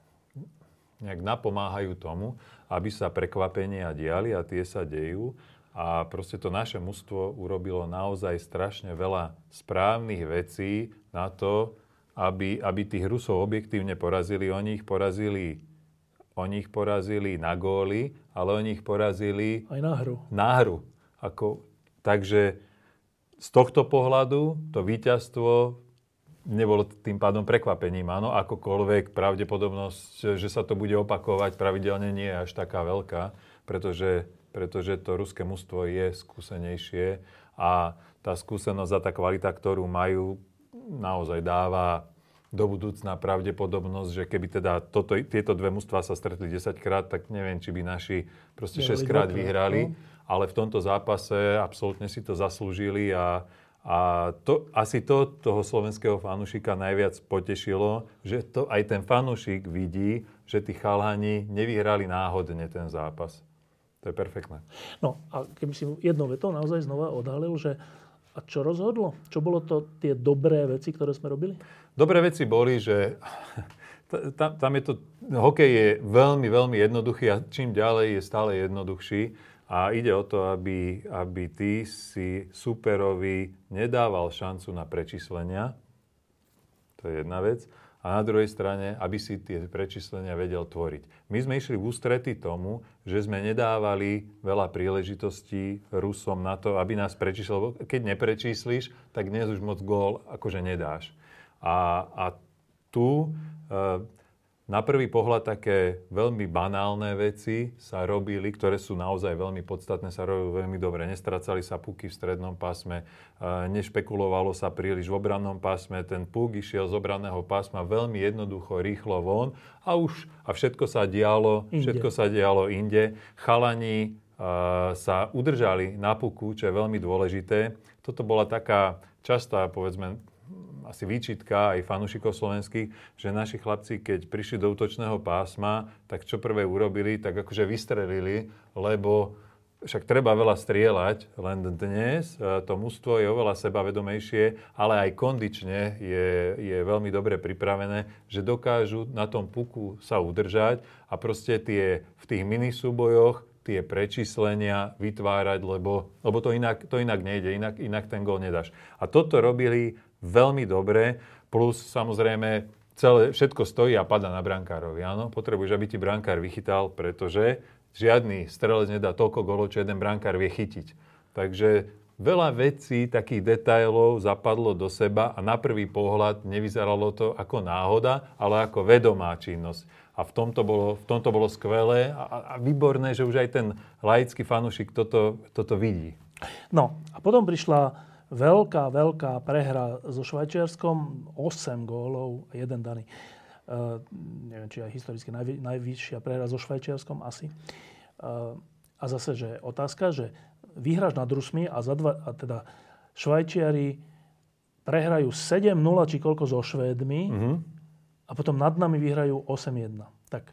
nejak napomáhajú tomu, aby sa prekvapenia diali a tie sa dejú. A proste to naše mužstvo urobilo naozaj strašne veľa správnych vecí na to, aby, aby tých Rusov objektívne porazili. Oni ich porazili, oni ich porazili na góly, ale oni ich porazili aj na hru. Na hru. Ako, takže z tohto pohľadu to víťazstvo nebolo tým pádom prekvapením. Áno, akokoľvek pravdepodobnosť, že sa to bude opakovať pravidelne, nie je až taká veľká, pretože, pretože to ruské mužstvo je skúsenejšie a tá skúsenosť a tá kvalita, ktorú majú, naozaj dáva do budúcna pravdepodobnosť, že keby teda toto, tieto dve mužstvá sa stretli desaťkrát, tak neviem, či by naši proste šesťkrát vyhrali, no. Ale v tomto zápase absolútne si to zaslúžili a, a to, asi to toho slovenského fanúšika najviac potešilo, že to aj ten fanúšik vidí, že tí chalani nevyhrali náhodne ten zápas. To je perfektné. No a keby si jednou vetou naozaj znova odhalil, že a čo rozhodlo? Čo bolo to tie dobré veci, ktoré sme robili? Dobré veci boli, že tam, tam je to, hokej je veľmi, veľmi jednoduchý a čím ďalej je stále jednoduchší. A ide o to, aby, aby ty si superovi nedával šancu na prečíslenia. To je jedna vec. A na druhej strane, aby si tie prečíslenia vedel tvoriť. My sme išli v ústrety tomu, že sme nedávali veľa príležitostí Rusom na to, aby nás prečíslil. Keď neprečísliš, tak dnes už moc gól akože nedáš. A, a tu e, na prvý pohľad také veľmi banálne veci sa robili, ktoré sú naozaj veľmi podstatné, sa robili veľmi dobre. Nestracali sa puky v strednom pásme, nešpekulovalo sa príliš v obrannom pásme, ten puk išiel z obranného pásma veľmi jednoducho, rýchlo von a už a všetko sa dialo, inde. všetko sa dialo inde. Chalani uh, sa udržali na puku, čo je veľmi dôležité. Toto bola taká častá, povedzme, asi výčitka aj fanúšikov slovenských, že naši chlapci, keď prišli do útočného pásma, tak čo prvé urobili, tak akože vystrelili, lebo však treba veľa strieľať, len dnes to mužstvo je oveľa sebavedomejšie, ale aj kondične je, je veľmi dobre pripravené, že dokážu na tom puku sa udržať a proste tie, v tých minisúbojoch tie prečíslenia vytvárať, lebo, lebo to, inak, to inak nejde, inak, inak ten gól nedáš. A toto robili veľmi dobre, plus samozrejme celé, všetko stojí a pada na brankárovi. Áno? Potrebuješ, aby ti brankár vychytal, pretože žiadny strelec nedá toľko gólov, čo jeden brankár vie chytiť. Takže veľa vecí, takých detailov zapadlo do seba a na prvý pohľad nevyzeralo to ako náhoda, ale ako vedomá činnosť. A v tomto bolo, v tomto bolo skvelé a, a výborné, že už aj ten laický fanúšik toto, toto vidí. No a potom prišla veľká, veľká prehra so Švajčiarskom, osem gólov a jeden daný. Uh, neviem, či aj historicky najvy, najvyššia prehra so Švajčiarskom asi. Uh, a zase, že otázka, že vyhráš nad Rusmi a, za dva, a teda Švajčiari prehrajú sedem nula či koľko so Švédmi, mm-hmm. a potom nad nami vyhrajú osem jedna. Tak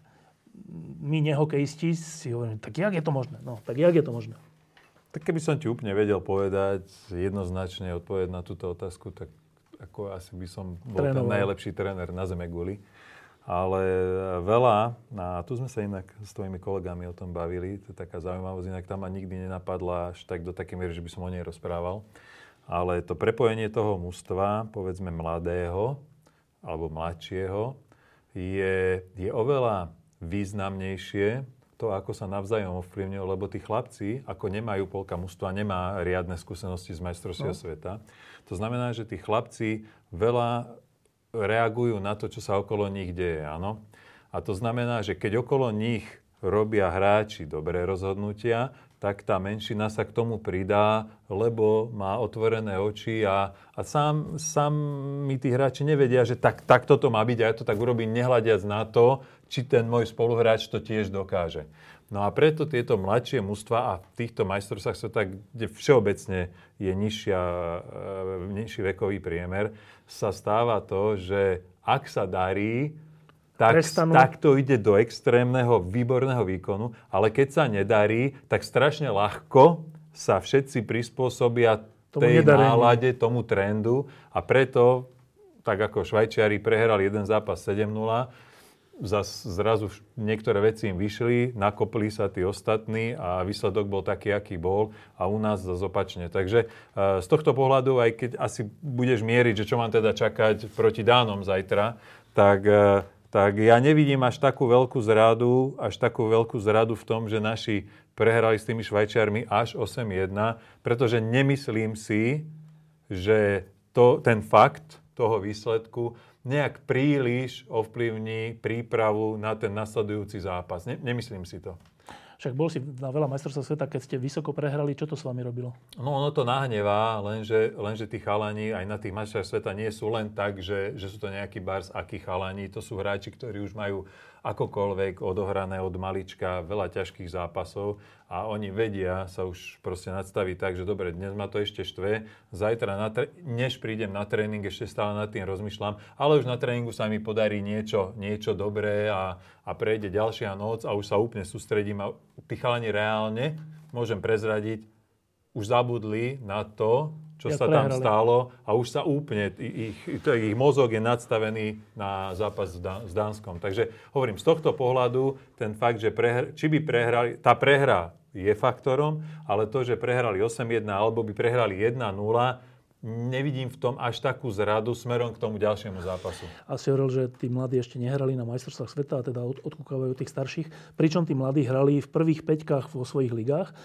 my nehokejisti si hovoríme, tak jak je to možné? No, tak jak je to možné? Tak keby som ti úplne vedel povedať, jednoznačne odpovedať na túto otázku, tak ako asi by som bol Trénoval. ten najlepší tréner na zeme guli. Ale veľa, a tu sme sa inak s tvojimi kolegami o tom bavili, to je taká zaujímavosť, inak tam ma nikdy nenapadla až tak do takej miery, že by som o nej rozprával. Ale to prepojenie toho mužstva, povedzme mladého, alebo mladšieho, je, je oveľa významnejšie to, ako sa navzájom ovplyvňujú, lebo tí chlapci, ako nemajú polka mužstva, nemá riadne skúsenosti z majstrovstiev no. sveta. To znamená, že tí chlapci veľa reagujú na to, čo sa okolo nich deje, áno. A to znamená, že keď okolo nich robia hráči dobré rozhodnutia, tak tá menšina sa k tomu pridá, lebo má otvorené oči a, a sám, sám mi tí hráči nevedia, že tak, tak toto má byť a ja to tak urobím nehľadiac na to, či ten môj spoluhráč to tiež dokáže. No a preto tieto mladšie mužstvá a v týchto majstrovstvách sa tak, kde všeobecne je nižšia, nižší vekový priemer, sa stáva to, že ak sa darí, tak, tak to ide do extrémneho, výborného výkonu, ale keď sa nedarí, tak strašne ľahko sa všetci prispôsobia tej nálade, tomu trendu a preto, tak ako Švajčiari prehrali jeden zápas sedem nula, Zas, zrazu niektoré veci im vyšli, nakopli sa tí ostatní a výsledok bol taký, aký bol a u nás zase opačne. Takže e, z tohto pohľadu, aj keď asi budeš mieriť, že čo mám teda čakať proti Dánom zajtra, tak, e, tak ja nevidím až takú veľkú zradu, až takú veľkú zradu v tom, že naši prehrali s tými Švajčiarmi až osem jedna, pretože nemyslím si, že to, ten fakt toho výsledku nejak príliš ovplyvní prípravu na ten nasledujúci zápas. Ne, nemyslím si to. Však bol si na veľa majstrovstiev sveta, keď ste vysoko prehrali, čo to s vami robilo? No ono to nahnevá, lenže, lenže tí chalani aj na tých majstrovstvách sveta nie sú len tak, že, že sú to nejakí bars, akí chalani. To sú hráči, ktorí už majú akokoľvek odohrané od malička veľa ťažkých zápasov a oni vedia sa už proste nadstaviť tak, že dobre, dnes ma to ešte štve, zajtra, na tre- než prídem na tréning, ešte stále nad tým rozmýšľam, ale už na tréningu sa mi podarí niečo, niečo dobré a, a prejde ďalšia noc a už sa úplne sústredím a tí chalani reálne, môžem prezradiť, už zabudli na to, čo ja sa prehrali. Tam stalo a už sa úplne, ich, ich mozog je nadstavený na zápas s, Dá, s Dánskom. Takže hovorím, z tohto pohľadu ten fakt, že prehr, či by prehrali, tá prehra je faktorom, ale to, že prehrali osem jedna alebo by prehrali jedna nula, nevidím v tom až takú zradu smerom k tomu ďalšiemu zápasu. A si hovoril, že tí mladí ešte nehrali na majstrovstvách sveta a teda od, odkúkavajú tých starších, pričom tí mladí hrali v prvých päťkách vo svojich ligách.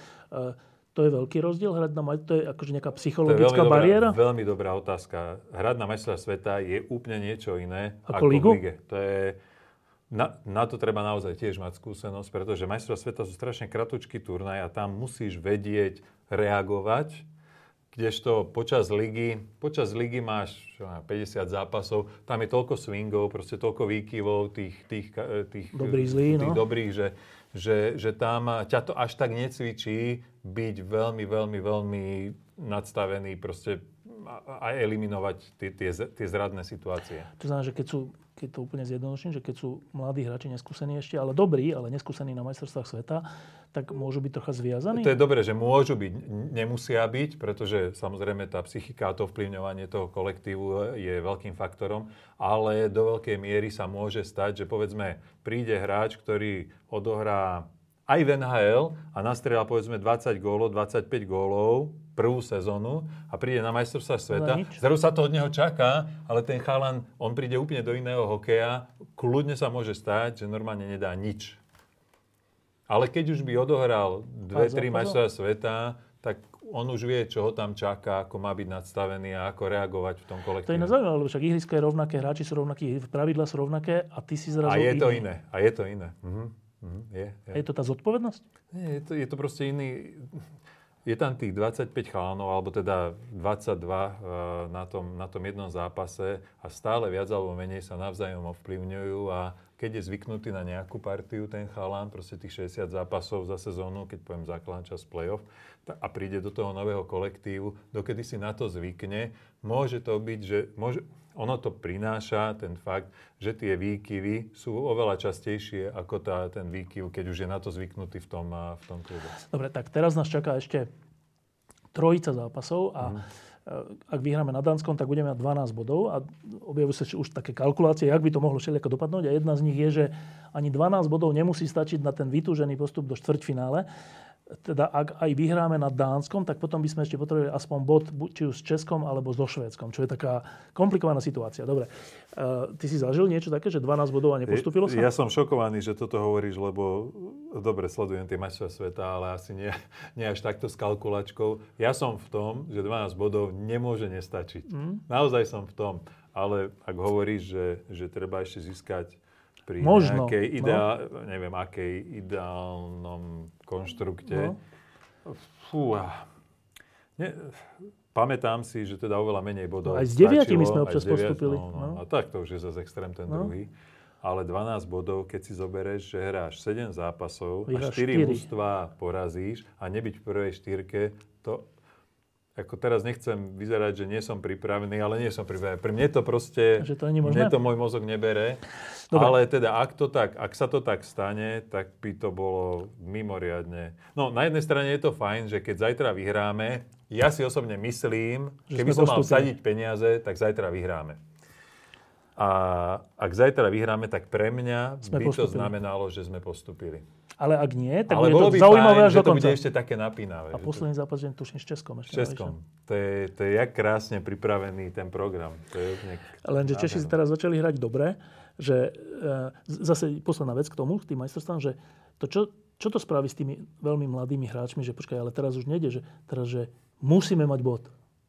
To je veľký rozdiel hrať na majstrovstvách? To je akože nejaká psychologická veľmi bariéra? Dobrá, veľmi dobrá otázka. Hrať na majstrovstvách sveta je úplne niečo iné ako, ako v lige. To je, na, na to treba naozaj tiež mať skúsenosť, pretože majstrovstvá sveta sú strašne kratučký turnaj a tam musíš vedieť reagovať, kdežto počas ligy, počas ligy máš čo, päťdesiat zápasov, tam je toľko swingov, proste toľko výkyvov, tých, tých, tých, Dobrý, zlý, tých no. dobrých, že Že, že tam ťa to až tak necvičí byť veľmi, veľmi, veľmi nadstavený, proste aj eliminovať tie, tie, tie zradné situácie. To znamená, že keď sú, keď to úplne zjednoduším, že keď sú mladí hráči neskúsení ešte, ale dobrí, ale neskúsení na majstrovstvách sveta, tak môžu byť trocha zviazaní? To je dobré, že môžu byť, nemusia byť, pretože samozrejme tá psychika a to vplyvňovanie toho kolektívu je veľkým faktorom, ale do veľkej miery sa môže stať, že povedzme príde hráč, ktorý odohrá aj v en há el a nastrieľa povedzme dvadsať gólov, dvadsaťpäť gólov prvú sezónu a príde na majstrovstvá sveta. Zrazu sa to od neho čaká, ale ten chalan, on príde úplne do iného hokeja. Kľudne sa môže stať, že normálne nedá nič. Ale keď už by odohral dve tri majstrovstvá sveta, tak on už vie, čo ho tam čaká, ako má byť nadstavený a ako reagovať v tom kolektíve. To je nezaujímavé, lebo však ihrisko je rovnaké, hráči sú rovnakí, pravidlá sú rovnaké a ty si zrazu A je iný. to iné. A je to iné. Mhm. Mhm. Je, je. A je to tá zodpovednosť? Nie, je to, je to proste iný... Je tam tých dvadsaťpäť chalanov, alebo teda dvadsaťdva na tom, na tom jednom zápase a stále viac alebo menej sa navzájom ovplyvňujú a keď je zvyknutý na nejakú partiu ten chalan, proste tých šesťdesiat zápasov za sezónu, keď poviem základná časť play-off, a príde do toho nového kolektívu, dokedy si na to zvykne, môže to byť, že môže, ono to prináša ten fakt, že tie výkyvy sú oveľa častejšie ako tá, ten výkyv, keď už je na to zvyknutý v tom, v tom klube. Dobre, tak teraz nás čaká ešte trojica zápasov a mm. ak vyhráme nad Dánskom, tak budeme mať dvanásť bodov a objavujú sa už také kalkulácie, jak by to mohlo všelijako dopadnúť a jedna z nich je, že ani dvanásť bodov nemusí stačiť na ten vytúžený postup do štvrťfinále. Teda ak aj vyhráme nad Dánskom, tak potom by sme ešte potrebovali aspoň bod, či už s Českom, alebo so Švédskom, čo je taká komplikovaná situácia. Dobre, uh, ty si zažil niečo také, že dvanásť bodov a nepostúpilo sa? Ja som šokovaný, že toto hovoríš, lebo dobre, sledujem tie majstrovstvá sveta, ale asi nie, nie až takto s kalkulačkou. Ja som v tom, že dvanásť bodov nemôže nestačiť. Mm. Naozaj som v tom. Ale ak hovoríš, že, že treba ešte získať pri Možno, nejakej ideál, no. neviem, akej ideálnom konštrukte. No. Fú, ne, pamätám si, že teda oveľa menej bodov Aj s deviatimi sme občas deviat, postupili. No, no. No. A tak to už je zase extrém ten no. druhý. Ale dvanásť bodov, keď si zoberieš, že hráš sedem zápasov a štyri mužstvá porazíš a nebyť v prvej štyrke, to... Ako teraz nechcem vyzerať, že nie som pripravený, ale nie som pripravený. Pre mne to proste, že to nie mne to môj mozog nebere. Dobre. Ale teda, ak, to tak, ak sa to tak stane, tak by to bolo mimoriadne. No, na jednej strane je to fajn, že keď zajtra vyhráme, ja si osobne myslím, že keby som mal vsadiť peniaze, tak zajtra vyhráme. A ak zajtra vyhráme, tak pre mňa sme by postupili. To znamenalo, že sme postupili. Ale ak nie, tak ale bude to by zaujímavé fajn, až do konca. Ale to bude ešte také napínavé. A posledný zápas je tuším s Českom. Ešte s Českom. To je, to je jak krásne pripravený ten program. To je úplne... Lenže Češi si teraz začali hrať dobre, že e, zase posledná vec k tomu, k tým majstrovstvám, že to, čo, čo to spraví s tými veľmi mladými hráčmi, že počkaj, ale teraz už nejde, že teraz, že musíme mať bod.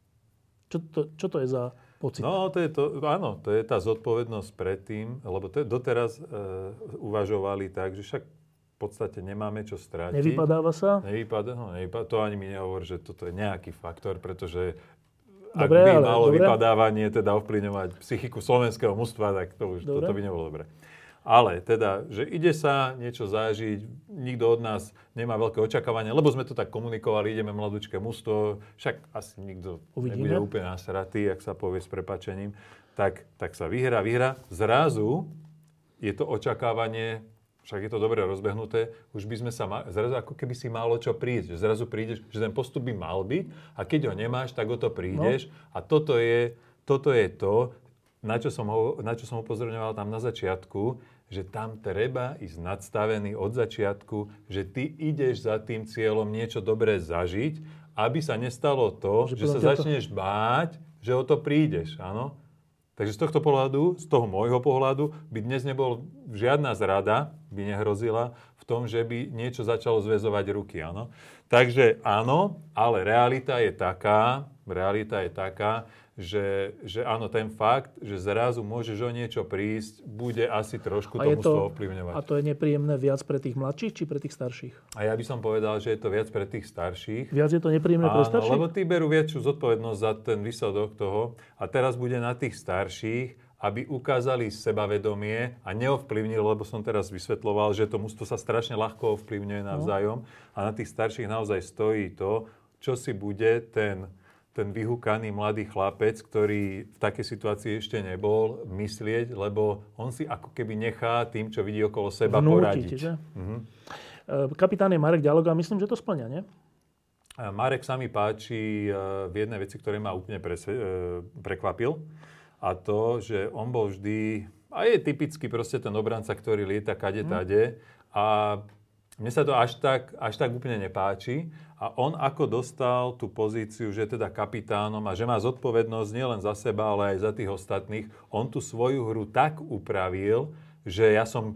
Čo to, čo to je za pocit? No, to je to, áno, to je tá zodpovednosť predtým, lebo to je, doteraz e, uvažovali tak, že však v podstate nemáme čo strátiť. Nevypadáva sa? Nevypadá, no, nevypadá, to ani mi nehovor, že toto je nejaký faktor, pretože dobre, ak by ale, malo dobre. vypadávanie teda ovplyvňovať psychiku slovenského mužstva, tak to už toto by nebolo dobre. Ale teda, že ide sa niečo zažiť, nikto od nás nemá veľké očakávania, lebo sme to tak komunikovali, ideme mladúčké mužstvo, však asi nikto Uvidíme. Nebude úplne nasratý, ak sa povie s prepáčením, tak, tak sa vyhrá, vyhrá. Zrazu je to očakávanie, však je to dobre rozbehnuté, už by sme sa mali, zrazu ako keby si malo čo prísť, že zrazu prídeš, že ten postup by mal byť a keď ho nemáš, tak o to prídeš no. A toto je, toto je to, na čo som, ho, na čo som upozorňoval tam na začiatku, že tam treba ísť nadstavený od začiatku, že ty ideš za tým cieľom niečo dobré zažiť, aby sa nestalo to, že, že sa začneš to... báť, že o to prídeš, áno? Takže z tohto pohľadu, z toho môjho pohľadu, by dnes nebol žiadna zrada, by nehrozila v tom, že by niečo začalo zväzovať ruky, áno. Takže áno, ale realita je taká, realita je taká, že, že áno, ten fakt, že zrazu môžeš o niečo prísť, bude asi trošku tomu to ovplyvňovať. A to je nepríjemné viac pre tých mladších, či pre tých starších? A ja by som povedal, že je to viac pre tých starších. Viac je to nepríjemné áno, pre starších? Lebo tí berú väčšiu zodpovednosť za ten výsledok toho. A teraz bude na tých starších, aby ukázali sebavedomie a neovplyvnili, lebo som teraz vysvetľoval, že to mužstvo sa strašne ľahko ovplyvňuje navzájom. No. A na tých starších naozaj stojí to, čo si bude ten... ten vyhúkaný mladý chlapec, ktorý v takej situácii ešte nebol, myslieť, lebo on si ako keby nechá tým, čo vidí okolo seba, vnútiť, poradiť. Že? Mhm. Kapitán je Marek Ďalog a myslím, že to splňa, nie? Marek sa mi páči v jednej veci, ktoré ma úplne presve- prekvapil. A to, že on bol vždy... A je typický proste ten obranca, ktorý lieta kade tade. A mne sa to až tak, až tak úplne nepáči. A on ako dostal tú pozíciu, že je teda kapitánom a že má zodpovednosť nielen za seba, ale aj za tých ostatných, on tú svoju hru tak upravil, že ja som...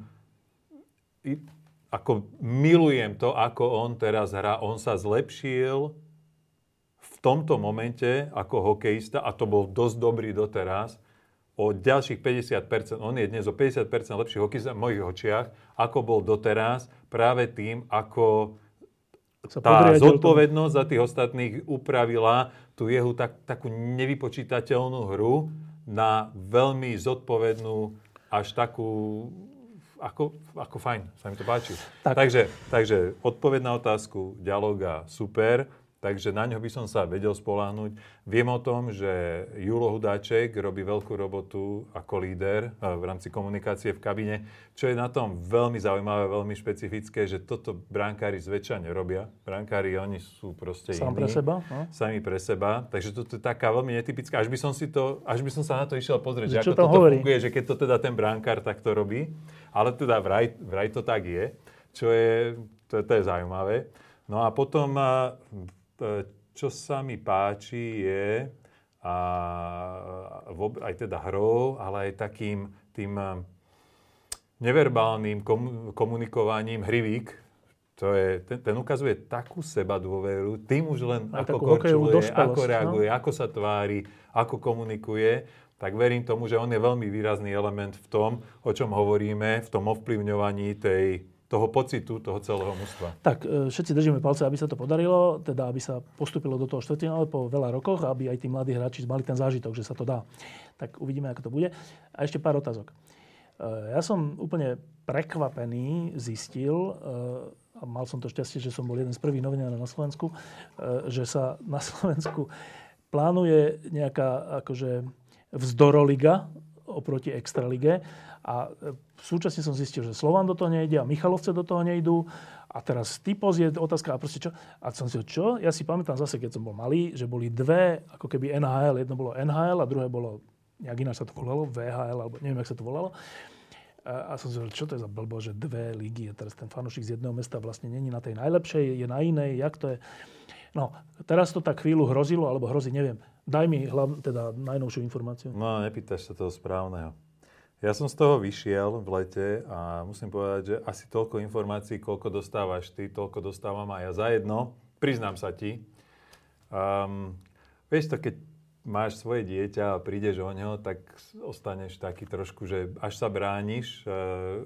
Ako milujem to, ako on teraz hrá. On sa zlepšil tomto momente ako hokejista, a to bol dosť dobrý doteraz, o ďalších päťdesiat percent, on je dnes o päťdesiat percent lepší hokejista v mojich očiach, ako bol doteraz, práve tým, ako tá zodpovednosť za tých ostatných upravila tú jeho tak, takú nevypočítateľnú hru na veľmi zodpovednú, až takú, ako, ako fajn, sa mi to páči. Tak. Takže, takže odpoveď na otázku dialóga super, takže na ňo by som sa vedel spoľahnúť. Viem o tom, že Julo Hudáček robí veľkú robotu ako líder v rámci komunikácie v kabíne, čo je na tom veľmi zaujímavé, veľmi špecifické, že toto brankári zväčša nerobia. Brankári, oni sú proste Sám iní. pre seba. No? Sami pre seba. Takže toto je taká veľmi netypická. Až by som si to, až by som sa na to išiel pozrieť, že ako toto hovorí? Funguje, že keď to teda ten brankár takto robí. Ale teda vraj, vraj to tak je, čo je, to, to je zaujímavé. No a potom... Čo sa mi páči je a, aj teda hrou, ale aj takým tým neverbálnym komunikovaním Hrivík. To je, ten, ten ukazuje takú sebadôveru, tým už len aj ako korčuluje, ako reaguje, no? Ako sa tvári, ako komunikuje. Tak verím tomu, že on je veľmi výrazný element v tom, o čom hovoríme, v tom ovplyvňovaní tej toho pocitu, toho celého mužstva. Tak všetci držíme palce, aby sa to podarilo, teda aby sa postúpilo do toho štvrťfinále po veľa rokoch, aby aj tí mladí hráči mali ten zážitok, že sa to dá. Tak uvidíme, ako to bude. A ešte pár otázok. Ja som úplne prekvapený zistil, a mal som to šťastie, že som bol jeden z prvých novinárov na Slovensku, že sa na Slovensku plánuje nejaká akože vzdoroliga oproti Extralige. A súčasne som zistil, že Slovan do toho nejde a Michalovce do toho nejdú. A teraz Typos je otázka, a proste čo? A som si čo? Ja si pamätám zase, keď som bol malý, že boli dve, ako keby en há el. Jedno bolo en há el a druhé bolo, nejak ináč sa to volalo, vé há el, alebo neviem, jak sa to volalo. A, a som si hovoril, čo to je za blbo, že dve ligy. A teraz ten fanúšik z jedného mesta vlastne není na tej najlepšej, je na inej, jak to je. No, teraz to tak chvíľu hrozilo, alebo hrozí, neviem. Daj mi hlavne, teda najnovšiu informáciu. No, nepýtaš sa toho správneho. Ja som z toho vyšiel v lete a musím povedať, že asi toľko informácií, koľko dostávaš ty, toľko dostávam aj ja zajedno. Priznám sa ti. Um, vieš to, keď máš svoje dieťa a prídeš o neho, tak ostaneš taký trošku, že až sa brániš. Uh,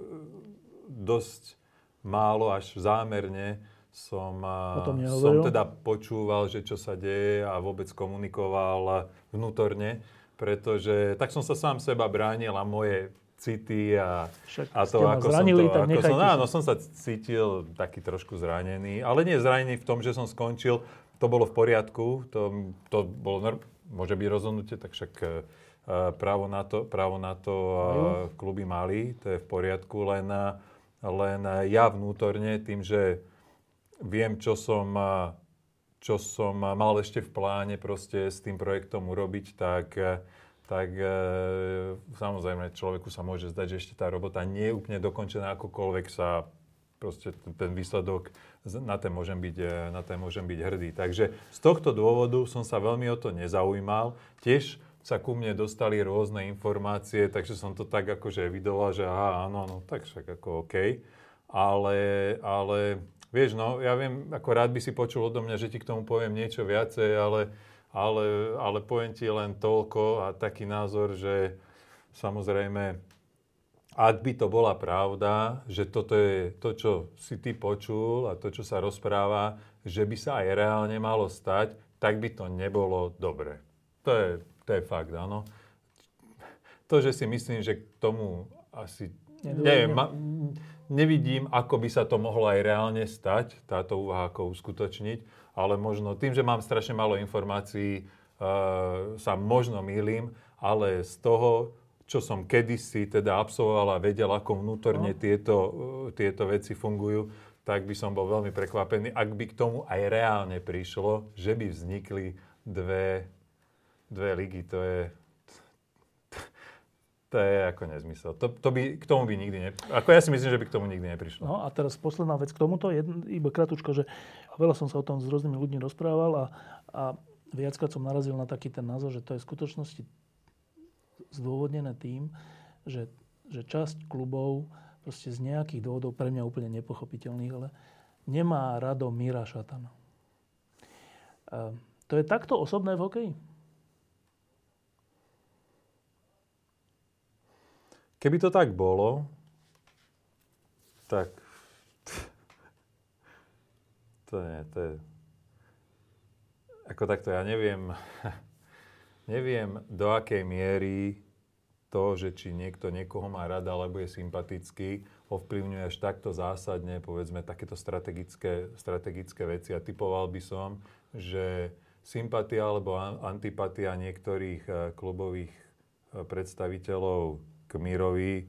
dosť málo, až zámerne som, uh, som teda počúval, že čo sa deje a vôbec komunikoval vnútorne. Pretože tak som sa sám seba bránil a moje city a, a to, ako zranili, som to... Ako som, áno, som sa cítil taký trošku zranený, ale nie zranený v tom, že som skončil. To bolo v poriadku, to, to bolo, môže byť rozhodnutie, tak však uh, právo na to, právo na to uh, kluby mali, to je v poriadku, len, len ja vnútorne tým, že viem, čo som... Uh, čo som mal ešte v pláne proste s tým projektom urobiť, tak, tak e, samozrejme človeku sa môže zdať, že ešte tá robota nie je úplne dokončená, akokoľvek sa proste ten výsledok, na ten môžem byť, na ten môžem byť hrdý. Takže z tohto dôvodu som sa veľmi o to nezaujímal. Tiež sa ku mne dostali rôzne informácie, takže som to tak akože evidoval, že aha, áno, no tak však ako OK. Ale, ale vieš, no, ja viem, ako rád by si počul odo mňa, že ti k tomu poviem niečo viacej, ale, ale, ale poviem ti len toľko a taký názor, že samozrejme, ak by to bola pravda, že toto je to, čo si ty počul a to, čo sa rozpráva, že by sa aj reálne malo stať, tak by to nebolo dobre. To je, to je fakt, áno. To, že si myslím, že k tomu asi... Neviem, ma, nevidím, ako by sa to mohlo aj reálne stať, táto úvaha, ako uskutočniť, ale možno tým, že mám strašne málo informácií, uh, sa možno mýlim, ale z toho, čo som kedysi teda absolvoval a vedel, ako vnútorne no. tieto, uh, tieto veci fungujú, tak by som bol veľmi prekvapený, ak by k tomu aj reálne prišlo, že by vznikli dve, dve ligy. To je... To je ako nezmysel. To, to by, k tomu by nikdy ne... Ako ja si myslím, že by k tomu nikdy neprišlo. No a teraz posledná vec k tomuto, jedn, iba kratučko, že veľa som sa o tom s rôznymi ľuďmi rozprával a, a viackrát som narazil na taký ten názor, že to je v skutočnosti zdôvodnené tým, že, že časť klubov proste z nejakých dôvodov, pre mňa úplne nepochopiteľných, ale nemá rado Míra Šatana. A To je takto osobné v hokeji? Keby to tak bolo, tak to nie, to je... Ako takto, ja neviem, neviem do akej miery to, že či niekto niekoho má rada alebo je sympatický, ovplyvňuje až takto zásadne, povedzme, takéto strategické, strategické veci. A typoval by som, že sympatia alebo antipatia niektorých klubových predstaviteľov k Mirovi,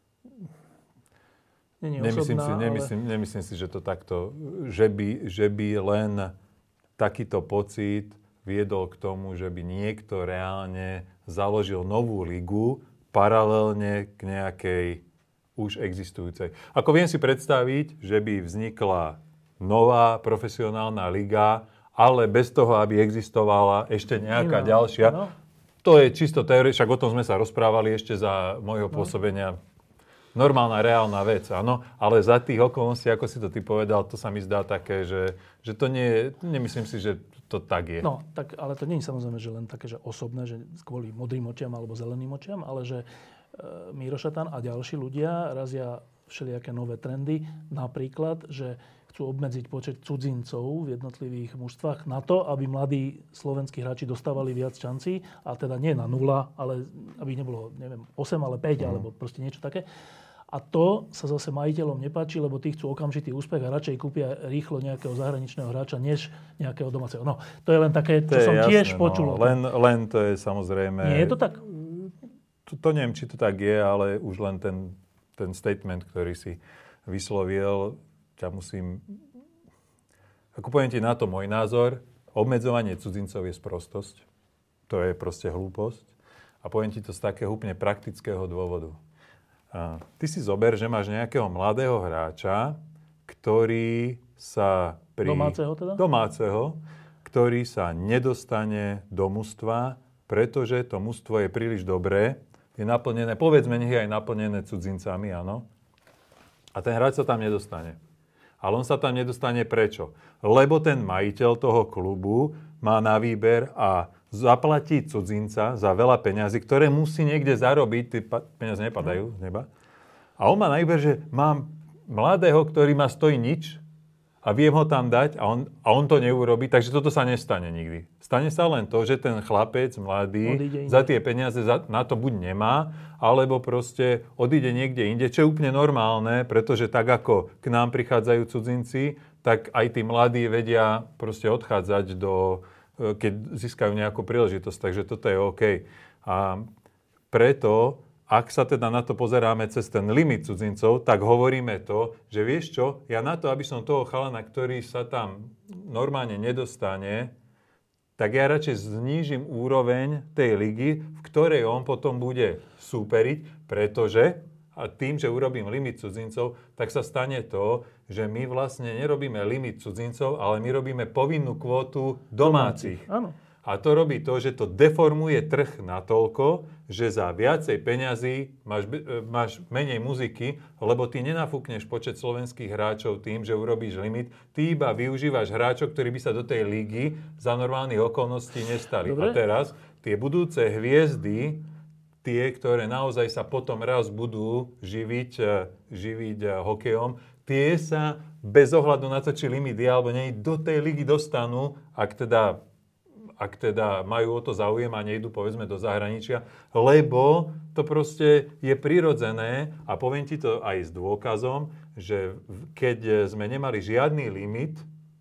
nemyslím, osobná, si, nemyslím, ale... nemyslím si, že to takto, že by, že by len takýto pocit viedol k tomu, že by niekto reálne založil novú ligu paralelne k nejakej už existujúcej. Ako viem si predstaviť, že by vznikla nová profesionálna liga, ale bez toho, aby existovala ešte nejaká no, ďalšia. No. To je čisto teória, však o tom sme sa rozprávali ešte za môjho pôsobenia. Normálna, reálna vec, áno, ale za tých okolností, ako si to ty povedal, to sa mi zdá také, že, že to nie je, nemyslím si, že to tak je. No, tak, ale to nie je samozrejme, že len také, že osobné, že kvôli modrým očiam alebo zeleným očiam, ale že e, Miro Šatan a ďalší ľudia razia všelijaké nové trendy, napríklad, že chcú obmedziť počet cudzincov v jednotlivých mužstvách na to, aby mladí slovenskí hráči dostávali viac šancí, a teda nie na nula, ale aby nebolo, neviem, osem, ale päť, mm. alebo proste niečo také. A to sa zase majiteľom nepáči, lebo tí chcú okamžitý úspech a radšej kúpia rýchlo nejakého zahraničného hráča, než nejakého domáceho. No, to je len také, čo som jasné, tiež počul. No, len, len to je samozrejme... Nie je to tak? To, to neviem, či to tak je, ale už len ten, ten statement, ktorý si vyslovil, ťa musím... Ako poviem ti na to môj názor, obmedzovanie cudzincov je sprostosť. To je proste hlúposť. A poviem ti to z takého úplne praktického dôvodu. A ty si zober, že máš nejakého mladého hráča, ktorý sa pri... Domáceho teda? Domáceho, ktorý sa nedostane do mužstva, pretože to mužstvo je príliš dobré, je naplnené, povedzme, nech je aj naplnené cudzincami, áno. A ten hráč sa tam nedostane. Ale on sa tam nedostane prečo? Lebo ten majiteľ toho klubu má na výber a zaplatí cudzinca za veľa peňazí, ktoré musí niekde zarobiť, tie peniaze nepadajú z neba. A on má na výber, že mám mladého, ktorý ma stojí nič a viem ho tam dať a on, a on to neurobí, takže toto sa nestane nikdy. Stane sa len to, že ten chlapec mladý za tie peniaze za, na to buď nemá, alebo proste odíde niekde inde, čo je úplne normálne, pretože tak ako k nám prichádzajú cudzinci, tak aj tí mladí vedia proste odchádzať do... keď získajú nejakú príležitosť. Takže toto je OK. A preto, ak sa teda na to pozeráme cez ten limit cudzincov, tak hovoríme to, že vieš čo, ja na to, aby som toho chalana, ktorý sa tam normálne nedostane, tak ja radšej znížim úroveň tej ligy, v ktorej on potom bude súperiť, pretože a tým, že urobím limit cudzincov, tak sa stane to, že my vlastne nerobíme limit cudzincov, ale my robíme povinnú kvótu domácich. Áno. A to robí to, že to deformuje trh natoľko, že za viacej peňazí máš, máš menej muziky, lebo ty nenafúkneš počet slovenských hráčov tým, že urobíš limit. Ty iba využívaš hráčov, ktorí by sa do tej ligy za normálnych okolností nestali. Dobre. A teraz tie budúce hviezdy, tie, ktoré naozaj sa potom raz budú živiť, živiť hokejom, tie sa bez ohľadu na to, či limit je alebo nie, do tej ligy dostanú, ak teda, ak teda majú o to záujem a nejdú povedzme do zahraničia, lebo to proste je prirodzené a poviem ti to aj s dôkazom, že keď sme nemali žiadny limit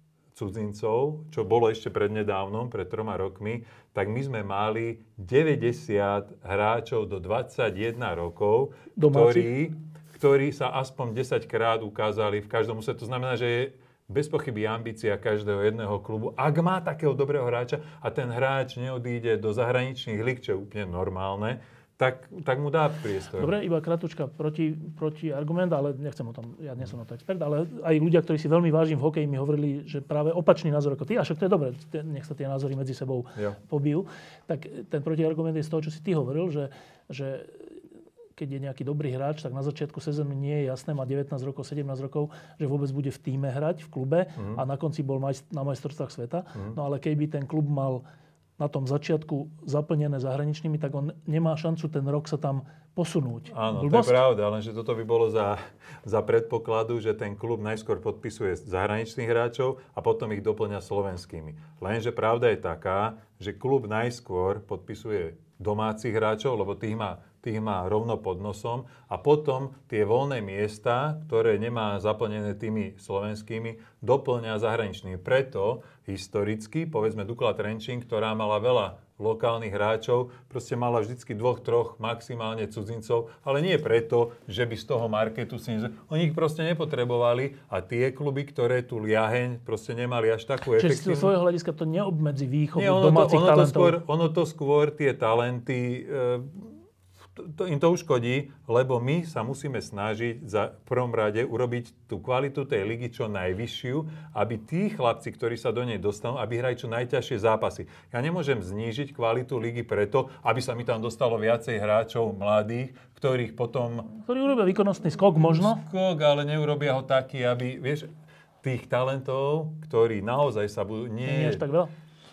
cudzincov, čo bolo ešte prednedávnom, pred troma rokmi, tak my sme mali deväťdesiat hráčov do dvadsaťjeden rokov, ktorí, ktorí sa aspoň desaťkrát ukázali v každom úsle. To znamená, že je bez pochyby ambícia každého jedného klubu. Ak má takého dobrého hráča a ten hráč neodíde do zahraničných lig, čo je úplne normálne, tak, tak mu dá priestor. Dobre, iba kratučka proti, proti argument, ale nechcem o tom, ja nie som na to expert, ale aj ľudia, ktorí si veľmi vážim v hokeji, mi hovorili, že práve opačný názor ako ty, a však to je dobre, nech sa tie názory medzi sebou jo. pobijú, tak ten protiargument je z toho, čo si ty hovoril, že, že keď je nejaký dobrý hráč, tak na začiatku sezóny nie je jasné, má devätnásť rokov, sedemnásť rokov, že vôbec bude v tíme hrať, v klube mm. a na konci bol majst- na majstrovstvách sveta. Mm. No ale keby ten klub mal na tom začiatku zaplnené zahraničnými, tak on nemá šancu ten rok sa tam posunúť. Áno, Blbosť? To je pravda, lenže toto by bolo za, za predpokladu, že ten klub najskôr podpisuje zahraničných hráčov a potom ich doplňa slovenskými. Lenže pravda je taká, že klub najskôr podpisuje domácich hráčov, lebo tých má, tých má rovno pod nosom a potom tie voľné miesta, ktoré nemá zaplnené tými slovenskými, doplňa zahraničnými. Preto historicky, povedzme Dukla Trenčín, ktorá mala veľa lokálnych hráčov, proste mala vždycky dvoch, troch, maximálne cudzincov, ale nie preto, že by z toho marketu si... Oni ich proste nepotrebovali a tie kluby, ktoré tu liaheň, proste nemali až takú efektívnu... Čiže z svojho hľadiska to neobmedzi výchovu nie, ono domácich to, ono talentov? To skôr, ono to skôr tie talenty... E, To, to, im to uškodí, lebo my sa musíme snažiť za v prvom rade urobiť tú kvalitu tej ligy čo najvyššiu, aby tí chlapci, ktorí sa do nej dostanú, aby hrali čo najťažšie zápasy. Ja nemôžem znížiť kvalitu ligy preto, aby sa mi tam dostalo viacej hráčov mladých, ktorých potom... Ktorí urobia výkonnostný skok možno? Skok, ale neurobia ho taký, aby, vieš, tých talentov, ktorí naozaj sa budú... Nie, nie až tak veľa?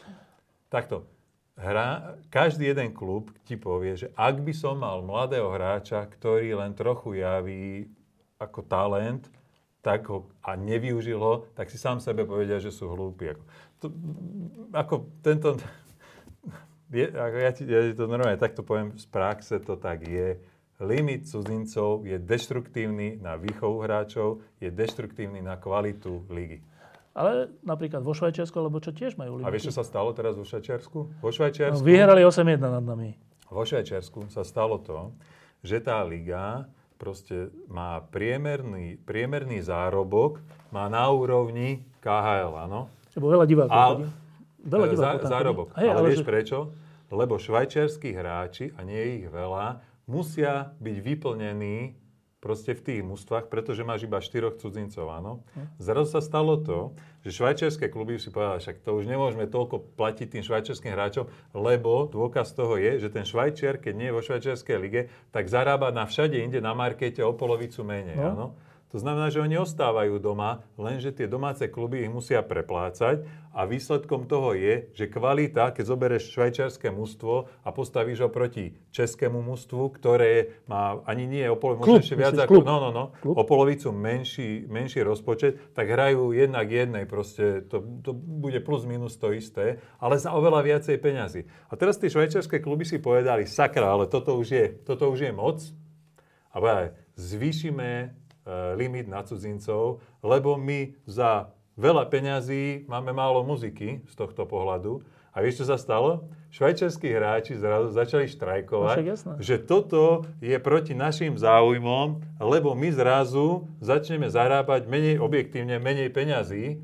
Takto. Hra, každý jeden klub ti povie, že ak by som mal mladého hráča, ktorý len trochu javí ako talent, tak ho, a nevyužil ho, tak si sám sebe povedia, že sú hlúpi. Ako, to, ako tento... Je, ako ja, ti, ja ti to normálne takto poviem, z praxe to tak je. Limit cudzincov je deštruktívny na výchovu hráčov, je deštruktívny na kvalitu ligy. Ale napríklad vo Švajčiarsku, alebo čo tiež majú limity. A vieš, čo sa stalo teraz vo Švajčiarsku? Vo Švajčiarsku... No, vyhrali osem jedna nad nami. Vo Švajčiarsku sa stalo to, že tá liga proste má priemerný, priemerný zárobok, má na úrovni ká há el, áno? Lebo veľa divákov A, chodí. Veľa divákov zá, zárobok. Hej, ale, ale vieš že... prečo? Lebo švajčiarskí hráči, a nie je ich veľa, musia byť vyplnení proste v tých mužstvách, pretože máš iba štyroch cudzincov, áno. Zrazu sa stalo to, že švajčiarske kluby si povedali, však to už nemôžeme toľko platiť tým švajčiarským hráčom, lebo dôkaz toho je, že ten Švajčiar, keď nie je vo švajčiarskej lige, tak zarába na všade inde na markete o polovicu menej, no. Áno. To znamená, že oni ostávajú doma, lenže tie domáce kluby ich musia preplácať a výsledkom toho je, že kvalita, keď zoberieš švajčiarske mužstvo a postavíš ho proti českému mužstvu, ktoré má ani nie o polovicu, možno ešte viac ako, no, no, no, o polovicu menší, menší rozpočet, tak hrajú jednak jednej, proste to, to bude plus minus to isté, ale za oveľa viacej peňazí. A teraz tie švajčiarske kluby si povedali, sakra, ale toto už je, toto už je moc a povedali, zvýšime limit na cudzincov, lebo my za veľa peňazí máme málo muziky z tohto pohľadu. A vieš, čo sa stalo? Švajčiarskí hráči zrazu začali štrajkovať, no, že toto je proti našim záujmom, lebo my zrazu začneme zarábať menej objektívne, menej peňazí,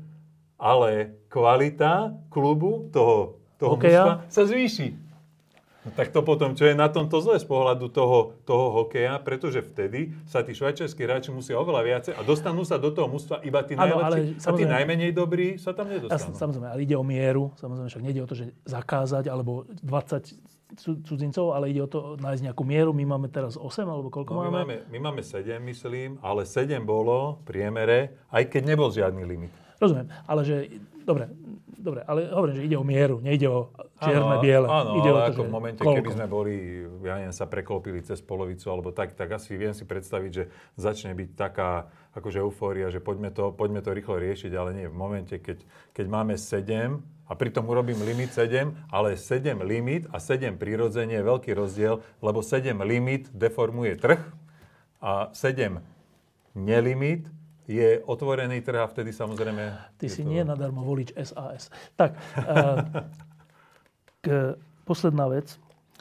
ale kvalita klubu toho, toho mužstva sa zvýši. No tak to potom, čo je na tomto zle z pohľadu toho, toho hokeja, pretože vtedy sa tí švajčiarski hráči musia oveľa viacej a dostanú sa do toho mužstva iba tí najlepší a tí najmenej dobrí sa tam nedostanú. Samozrejme, ale ide o mieru, samozrejme, však nejde o to, že zakázať alebo dvadsať cudzincov, ale ide o to nájsť nejakú mieru. My máme teraz osem, alebo koľko no, máme? My máme? My máme sedem, myslím, ale sedem bolo v priemere, aj keď nebol žiadny limit. Rozumiem, ale že... Dobre, dobre, ale hovorím, že ide o mieru, nejde o čierne, biele. Áno, ide ale o to, ako v momente, koľko? Keby sme boli, ja neviem, sa preklopili cez polovicu, alebo tak, tak asi viem si predstaviť, že začne byť taká akože eufória, že poďme to, poďme to rýchlo riešiť, ale nie. V momente, keď, keď máme sedem, a pritom urobím limit sedem, ale sedem limit a sedem prirodzenie je veľký rozdiel, lebo sedem limit deformuje trh a sedem nelimit je otvorený trh a vtedy samozrejme... Ty si to... nie nadarmo volič es a es. Tak, k, posledná vec.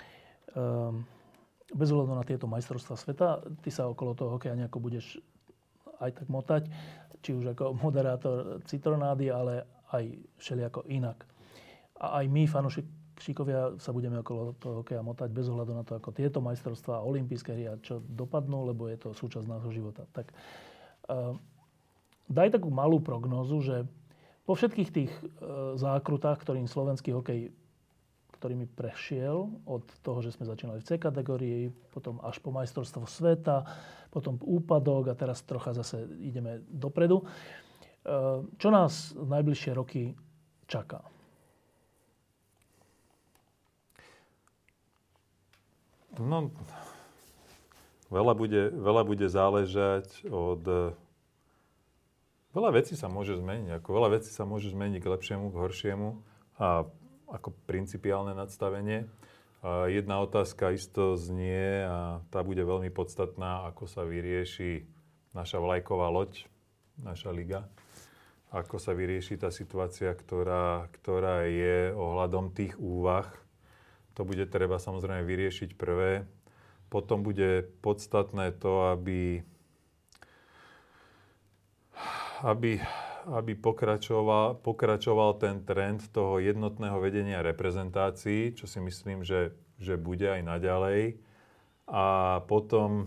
Bez ohľadu na tieto majstrovstvá sveta, ty sa okolo toho hokeja nejako budeš aj tak motať, či už ako moderátor Citronády, ale aj všelijako inak. A aj my, fanúšikovia, sa budeme okolo toho hokeja motať bez ohľadu na to, ako tieto majstrovstvá, olympijské hry a čo dopadnú, lebo je to súčasť nášho života. Tak uh, daj takú malú prognózu, že po všetkých tých uh, zákrutách, ktorým slovenský hokej, ktorými prešiel od toho, že sme začínali v C kategórii, potom až po majstrovstvo sveta, potom úpadok a teraz trocha zase ideme dopredu. Čo nás v najbližšie roky čaká? No, veľa bude, veľa bude záležať od... Veľa vecí sa môže zmeniť. Ako veľa vecí sa môže zmeniť k lepšiemu, k horšiemu. A ako principiálne nadstavenie. A jedna otázka isto znie a tá bude veľmi podstatná, ako sa vyrieši naša vlajková loď, naša liga. Ako sa vyrieši tá situácia, ktorá, ktorá je ohľadom tých úvah. To bude treba samozrejme vyriešiť prvé. Potom bude podstatné to, aby, aby, aby pokračoval, pokračoval ten trend toho jednotného vedenia reprezentácií, čo si myslím, že, že bude aj naďalej. A potom